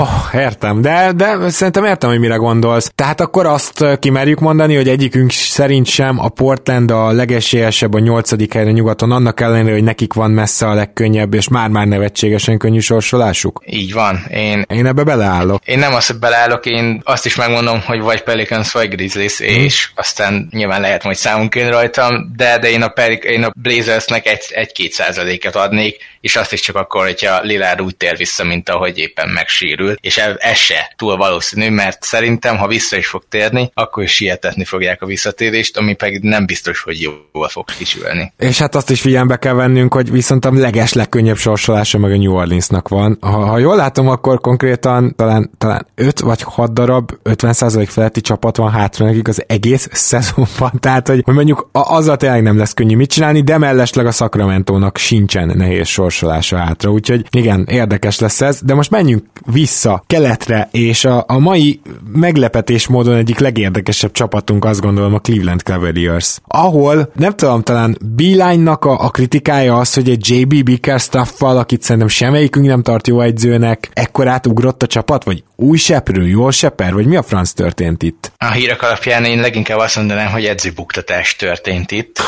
Értem, de szerintem értem, hogy mire gondolsz. Tehát akkor azt kimerjük mondani, hogy egyikünk szerint sem a Portland a legesélyesebb a 8. helyre nyugaton, annak ellenére, hogy nekik van messze a legkönnyebb, és már nevetségesen könnyű sorsolásuk?
Így van. Én
ebbe beleállok.
Én nem azt, hogy beleállok, én azt is megmondom, hogy vagy Pelicans, vagy Grizzlies, és aztán nyilván lehet majd számunk kérni rajtam, de én a Blazersnek 1-2%-et adnék, és azt is csak akkor, hogyha Lillard úgy tér vissza, mint ahogy éppen megsérül, és ez se túl valószínű, mert szerintem, ha vissza is fog térni, akkor is sietetni fogják a visszatérést, ami pedig nem biztos, hogy jól fog kisülni.
És hát azt is figyelembe kell vennünk, hogy viszont a legkönnyebb sorsolása meg a New Orleansnak van. Ha jól látom, akkor konkrétan talán 5 vagy 6 darab 50% feletti csapat van hátra nekik az egész szezonban, tehát hogy mondjuk azzal tényleg nem lesz könnyű mit csinálni, de mellesleg a Sacramento-nak sincsen nehéz sorsolása hátra, úgyhogy igen, érdekes lesz ez, de most menjünk vissza keletre, és a mai meglepetés módon egyik legérdekesebb csapatunk azt gondolom a Cleveland Cavaliers, ahol nem tudom, talán Beeline-nak a kritikája az, hogy egy JB Bickerstaff-val, akit szerintem semmelyikünk nem tart jó edzőnek, ekkorát ugrott a csapat, vagy új seprő, jól seper, vagy mi a franc történt itt?
A hírek alapján én leginkább azt mondanám, hogy edzőbuktatás történt itt,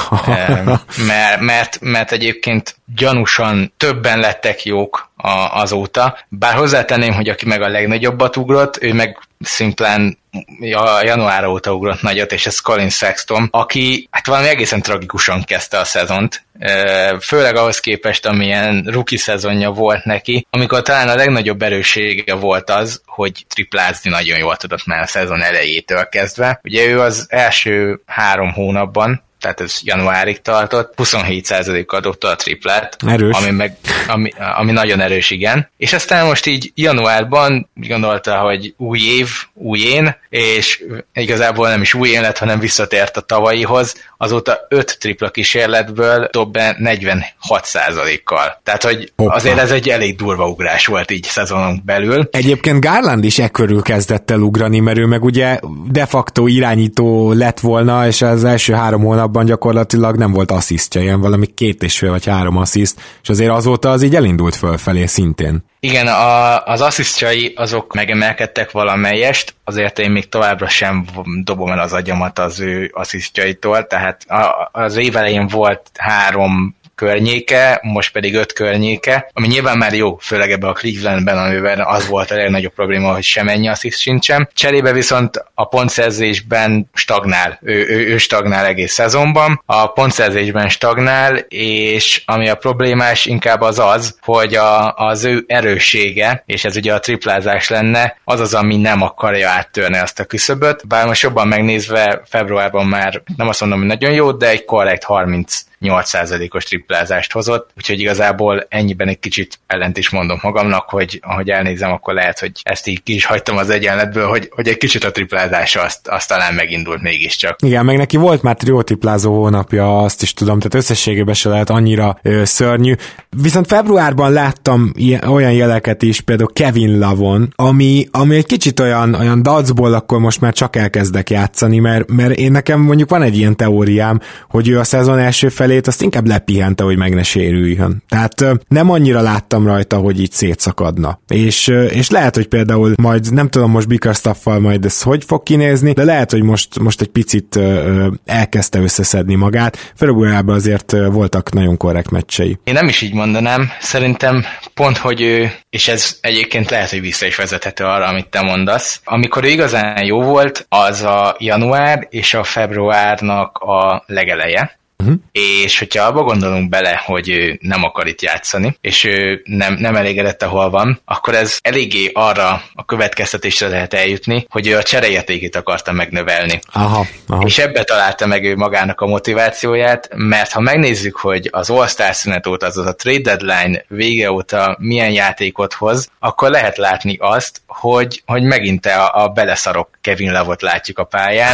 mert egyébként gyanúsan többen lettek jók azóta, bár hozzátenném, hogy aki meg a legnagyobbat ugrott, ő meg szimplán a január óta ugrott nagyot, és ez Colin Sexton, aki hát valami egészen tragikusan kezdte a szezont, főleg ahhoz képest, amilyen rookie szezonja volt neki, amikor talán a legnagyobb erőssége volt az, hogy triplázni nagyon jól tudott már a szezon elejétől kezdve. Ugye ő az első 3 hónapban, tehát ez januárig tartott, 27%-kal dobta a triplát, ami nagyon erős, igen. És aztán most így januárban gondolta, hogy új év, új én, és igazából nem is új én lett, hanem visszatért a tavalyihoz, azóta 5 tripla kísérletből dob be 46%-kal. Tehát, hogy azért ez egy elég durva ugrás volt így szezonon belül.
Egyébként Garland is ekkörül kezdett el ugrani, mert ő meg ugye de facto irányító lett volna, és az első 3 hónapban gyakorlatilag nem volt asszisztja, ilyen valami 2,5 vagy 3 assziszt, és azért azóta az így elindult fölfelé szintén.
Igen, az asszisztjai azok megemelkedtek valamelyest, azért én még továbbra sem dobom el az agyamat az ő asszisztjaitól, tehát az év elején volt 3 környéke, most pedig 5 környéke, ami nyilván már jó, főleg ebben a Clevelandben, amiben az volt a legnagyobb probléma, hogy semennyi assziszt sincsen. Cserébe viszont a pontszerzésben stagnál, ő stagnál egész szezonban, a pontszerzésben stagnál, és ami a problémás inkább az, hogy az ő erőssége, és ez ugye a triplázás lenne, az, ami nem akarja áttörni azt a küszöböt, bár most jobban megnézve februárban már nem azt mondom, hogy nagyon jó, de egy korrekt 8%-os triplázást hozott, úgyhogy igazából ennyiben egy kicsit ellent is mondom magamnak, hogy ahogy elnézem, akkor lehet, hogy ezt így ki is hagytam az egyenletből, hogy egy kicsit a triplázása azt talán megindult mégiscsak.
Igen, meg neki volt már jó triplázó hónapja, azt is tudom, tehát összességében se lehet annyira szörnyű. Viszont februárban láttam olyan jeleket is, például Kevin Love-on, ami egy kicsit olyan dacból akkor most már csak elkezdek játszani, mert én nekem mondjuk van egy ilyen teóriám, hogy ő a szezon első felét azt inkább lepihente, hogy meg ne sérüljön. Tehát nem annyira láttam rajta, hogy így szétszakadna. És lehet, hogy például majd, nem tudom most Bickerstaffal majd ez hogy fog kinézni, de lehet, hogy most egy picit elkezdte összeszedni magát. Februárban azért voltak nagyon korrekt meccsei.
Én nem is így mondanám, szerintem pont, hogy ő, és ez egyébként lehet, hogy vissza is vezethető arra, amit te mondasz. Amikor ő igazán jó volt, az a január és a februárnak a legeleje. És hogyha abba gondolunk bele, hogy ő nem akar itt játszani, és ő nem elégedett, ahol van, akkor ez eléggé arra a következtetésre lehet eljutni, hogy ő a csereértékét akarta megnövelni.
Aha.
És ebbe találta meg ő magának a motivációját, mert ha megnézzük, hogy az All-Star szünet óta, azaz a trade deadline vége óta milyen játékot hoz, akkor lehet látni azt, hogy megint a beleszarok Kevin Love-ot látjuk a pályán,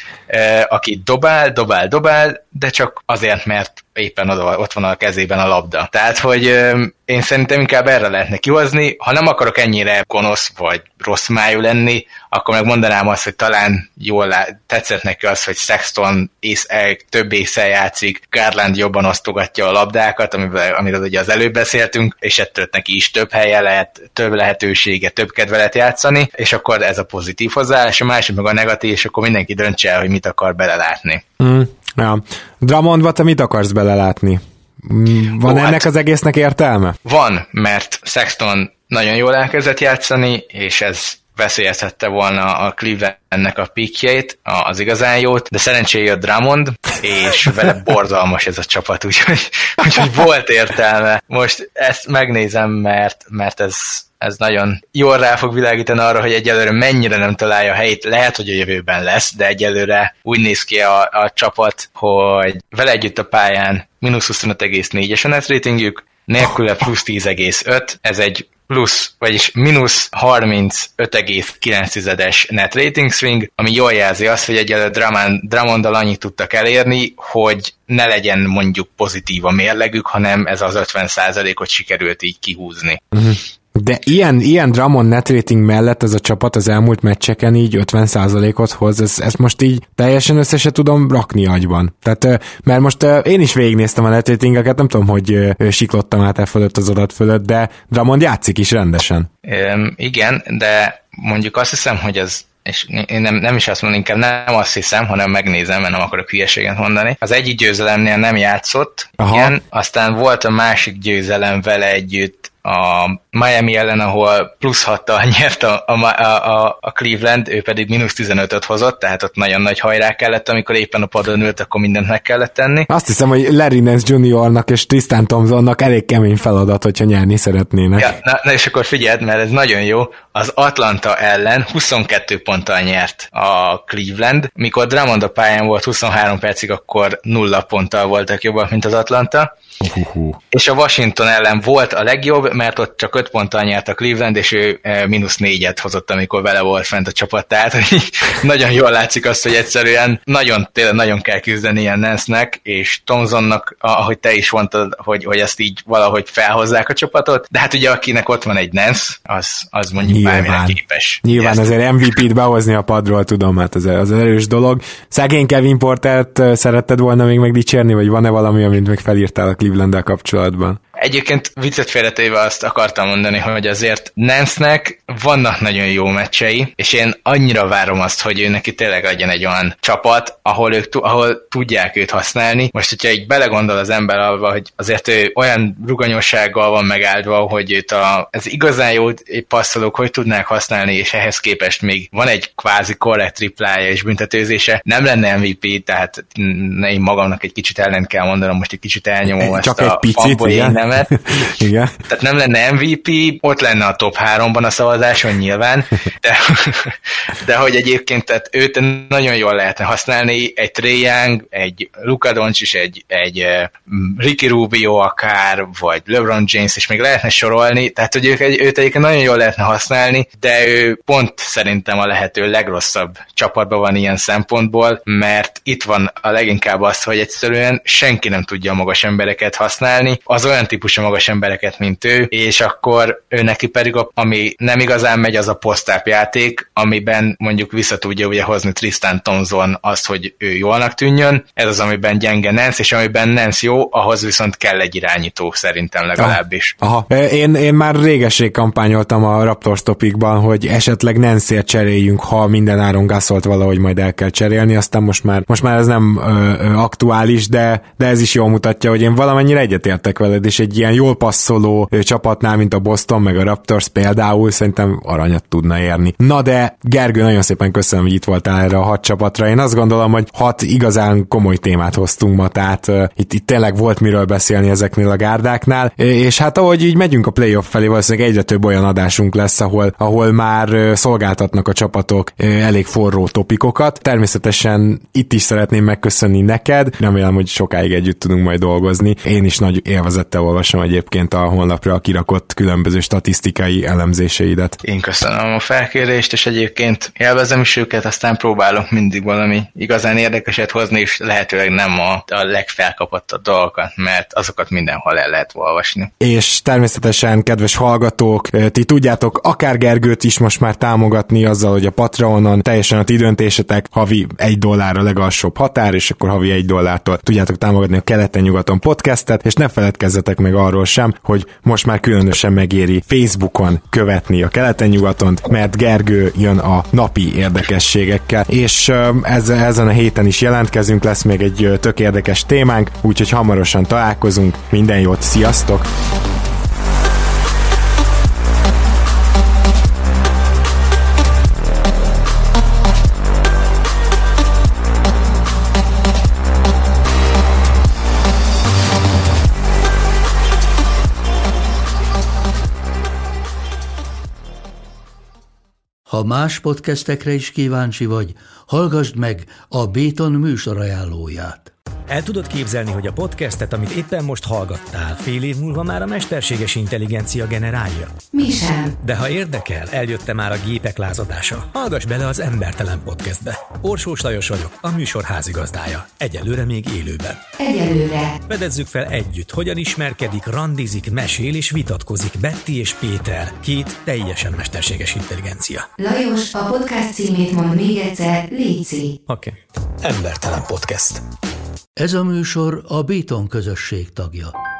aki dobál, de csak azért, mert éppen ott van a kezében a labda. Tehát, hogy én szerintem inkább erre lehetne kihozni. Ha nem akarok ennyire gonosz vagy rossz májú lenni, akkor meg mondanám azt, hogy talán tetszett neki az, hogy Sexton több észre játszik, Garland jobban osztogatja a labdákat, amiről ugye az előbb beszéltünk, és ettől neki is több helye lehet, több lehetősége, több kedve lehet játszani, és akkor ez a pozitív hozzáállás, a másik meg a negatív, és akkor mindenki döntse el, hogy mit akar belelátni.
Ja. Drummondba te mit akarsz belelátni? Van ennek az egésznek értelme?
Van, mert Sexton nagyon jól elkezdett játszani, és ez veszélyezhette volna a Clevelandnek a pickjeit, az igazán jót, de szerencsére jött Drummond, és vele borzalmas ez a csapat, úgyhogy volt értelme. Most ezt megnézem, mert ez nagyon jól rá fog világítani arra, hogy egyelőre mennyire nem találja a helyét. Lehet, hogy a jövőben lesz, de egyelőre úgy néz ki a csapat, hogy vele együtt a pályán -25,4-es a net ratingjük, nélküle plusz 10,5, ez egy plusz, vagyis mínusz 35,9-es net rating swing, ami jól jelzi azt, hogy egyelőre Drummonddal annyit tudtak elérni, hogy ne legyen mondjuk pozitív a mérlegük, hanem ez az 50%-ot sikerült így kihúzni.
De ilyen Drummond net rating mellett ez a csapat az elmúlt meccseken így 50%-ot hoz, ezt most így teljesen össze se tudom rakni agyban. Tehát, mert most én is végignéztem a net ratingeket, nem tudom, hogy siklottam át e fölött az adat fölött, de Drummond játszik is rendesen.
Igen, de mondjuk azt hiszem, hogy ez, és én nem is azt mondom, inkább nem azt hiszem, hanem megnézem, mert nem akarok hülyeséget mondani. Az egyik győzelemnél nem játszott, igen, aztán volt a másik győzelem vele együtt a Miami ellen, ahol plusz 6-tal nyert a Cleveland, ő pedig -15-öt hozott, tehát ott nagyon nagy hajrá kellett, amikor éppen a padon ült, akkor mindent meg kellett tenni.
Azt hiszem, hogy Larry Nance Jr.-nak és Tristan Thompsonnak elég kemény feladat, hogyha nyerni szeretnének.
Ja, na és akkor figyeld, mert ez nagyon jó. Az Atlanta ellen 22 ponttal nyert a Cleveland, mikor Drummond a pályán volt 23 percig, akkor 0 ponttal voltak jobbak, mint az Atlanta. És a Washington ellen volt a legjobb, mert ott csak 5 ponttal nyert a Cleveland, és ő -4-et hozott, amikor vele volt fent a csapat, tehát hogy nagyon jól látszik azt, hogy egyszerűen tényleg nagyon kell küzdeni ilyen Nance-nek, és Thompsonnak, ahogy te is mondtad, hogy ezt így valahogy felhozzák a csapatot, de hát ugye akinek ott van egy Nance, az mondjuk bármire képes.
Nyilván azért MVP-t behozni a padról, tudom, hát az erős dolog. Szegény Kevin Portert szeretted volna még megdicsérni, vagy van-e valami, amit még felírtál a Cleveland-del kapcsolatban?
Egyébként viccet félretéve azt akartam mondani, hogy azért Nance-nek vannak nagyon jó meccsei, és én annyira várom azt, hogy ő neki tényleg legyen egy olyan csapat, ahol tudják őt használni. Most, hogyha így belegondol az ember abba, hogy azért ő olyan ruganyossággal van megáldva, hogy őt ez igazán jó passzolók hogy tudnák használni, és ehhez képest még van egy kvázi korrekt triplája és büntetőzése, nem lenne MVP, tehát én magamnak egy kicsit ellen kell mondanom, most egy kicsit elnyomom
csak
ezt
egy picit, igen.
szerelmet.
Igen.
Tehát nem lenne MVP, ott lenne a top 3-ban a szavazáson nyilván, de hogy egyébként tehát őt nagyon jól lehetne használni, egy Trae Young, egy Luka Doncic, egy Ricky Rubio akár, vagy LeBron James, és még lehetne sorolni, tehát hogy őt egyébként nagyon jól lehetne használni, de ő pont szerintem a lehető legrosszabb csapatban van ilyen szempontból, mert itt van a leginkább az, hogy egyszerűen senki nem tudja a magas embereket használni, az olyan típusú magas embereket, mint ő, és akkor ő neki pedig, ami nem igazán megy, az a post-up játék, amiben mondjuk vissza tudja ugye hozni Tristan Thompson azt, hogy ő jólnak tűnjön, ez az, amiben gyenge Nance, és amiben Nance jó, ahhoz viszont kell egy irányító, szerintem legalábbis.
Aha. Én már réges-rég kampányoltam a Raptors topikban, hogy esetleg Nance-ért cseréljünk, ha minden áron Gasolt valahogy majd el kell cserélni, aztán most már ez nem aktuális, de ez is jól mutatja, hogy én valamennyire egyetértek veled, és egy ilyen jól passzoló csapatnál, mint a Boston, meg a Raptors például, szerintem aranyat tudna érni. Na de Gergő, nagyon szépen köszönöm, hogy itt voltál erre a 6 csapatra. Én azt gondolom, hogy 6 igazán komoly témát hoztunk ma, tehát itt tényleg volt miről beszélni ezeknél a gárdáknál, és hát ahogy így megyünk a playoff felé, valószínűleg egyre több olyan adásunk lesz, ahol már szolgáltatnak a csapatok elég forró topikokat. Természetesen itt is szeretném megköszönni neked, remélem, hogy sokáig együtt tudunk majd dolgozni. Én is nagy élvezettel olvasom egyébként a honlapra kirakott különböző statisztikai elemzéseidet.
Én köszönöm a felkérést, és egyébként élvezem is őket, aztán próbálok mindig valami igazán érdekeset hozni, és lehetőleg nem a legfelkapottabb dolgokat, mert azokat mindenhol el lehet olvasni. És
természetesen, kedves hallgatók, ti tudjátok akár Gergőt is most már támogatni azzal, hogy a Patreonon teljesen a ti döntésetek, havi $1 a legalsóbb határ, és akkor havi $1 tudjátok támogatni a Keleten-nyugaton podcastet, és ne feledkezzetek meg arról sem, hogy most már különösen megéri Facebookon követni a Keleten-nyugatont, mert Gergő jön a napi érdekességekkel, és ezen a héten is jelentkezünk, lesz még egy tök érdekes témánk, úgyhogy hamarosan találkozunk, minden jót, sziasztok!
Ha más podcastekre is kíváncsi vagy, hallgassd meg a Béton műsor ajánlóját.
El tudod képzelni, hogy a podcastet, amit éppen most hallgattál, fél év múlva már a mesterséges intelligencia generálja?
Mi sem.
De ha érdekel, eljött már a gépek lázadása. Hallgass bele az Embertelen Podcastbe. Orsós Lajos vagyok, a műsor házigazdája. Egyelőre még élőben.
Egyelőre.
Fedezzük fel együtt, hogyan ismerkedik, randizik, mesél és vitatkozik Betty és Péter, 2 teljesen mesterséges intelligencia.
Lajos, a podcast címét mondd még egyszer, léci.
Oké. Embertelen Podcast.
Ez a műsor a Béton közösség tagja.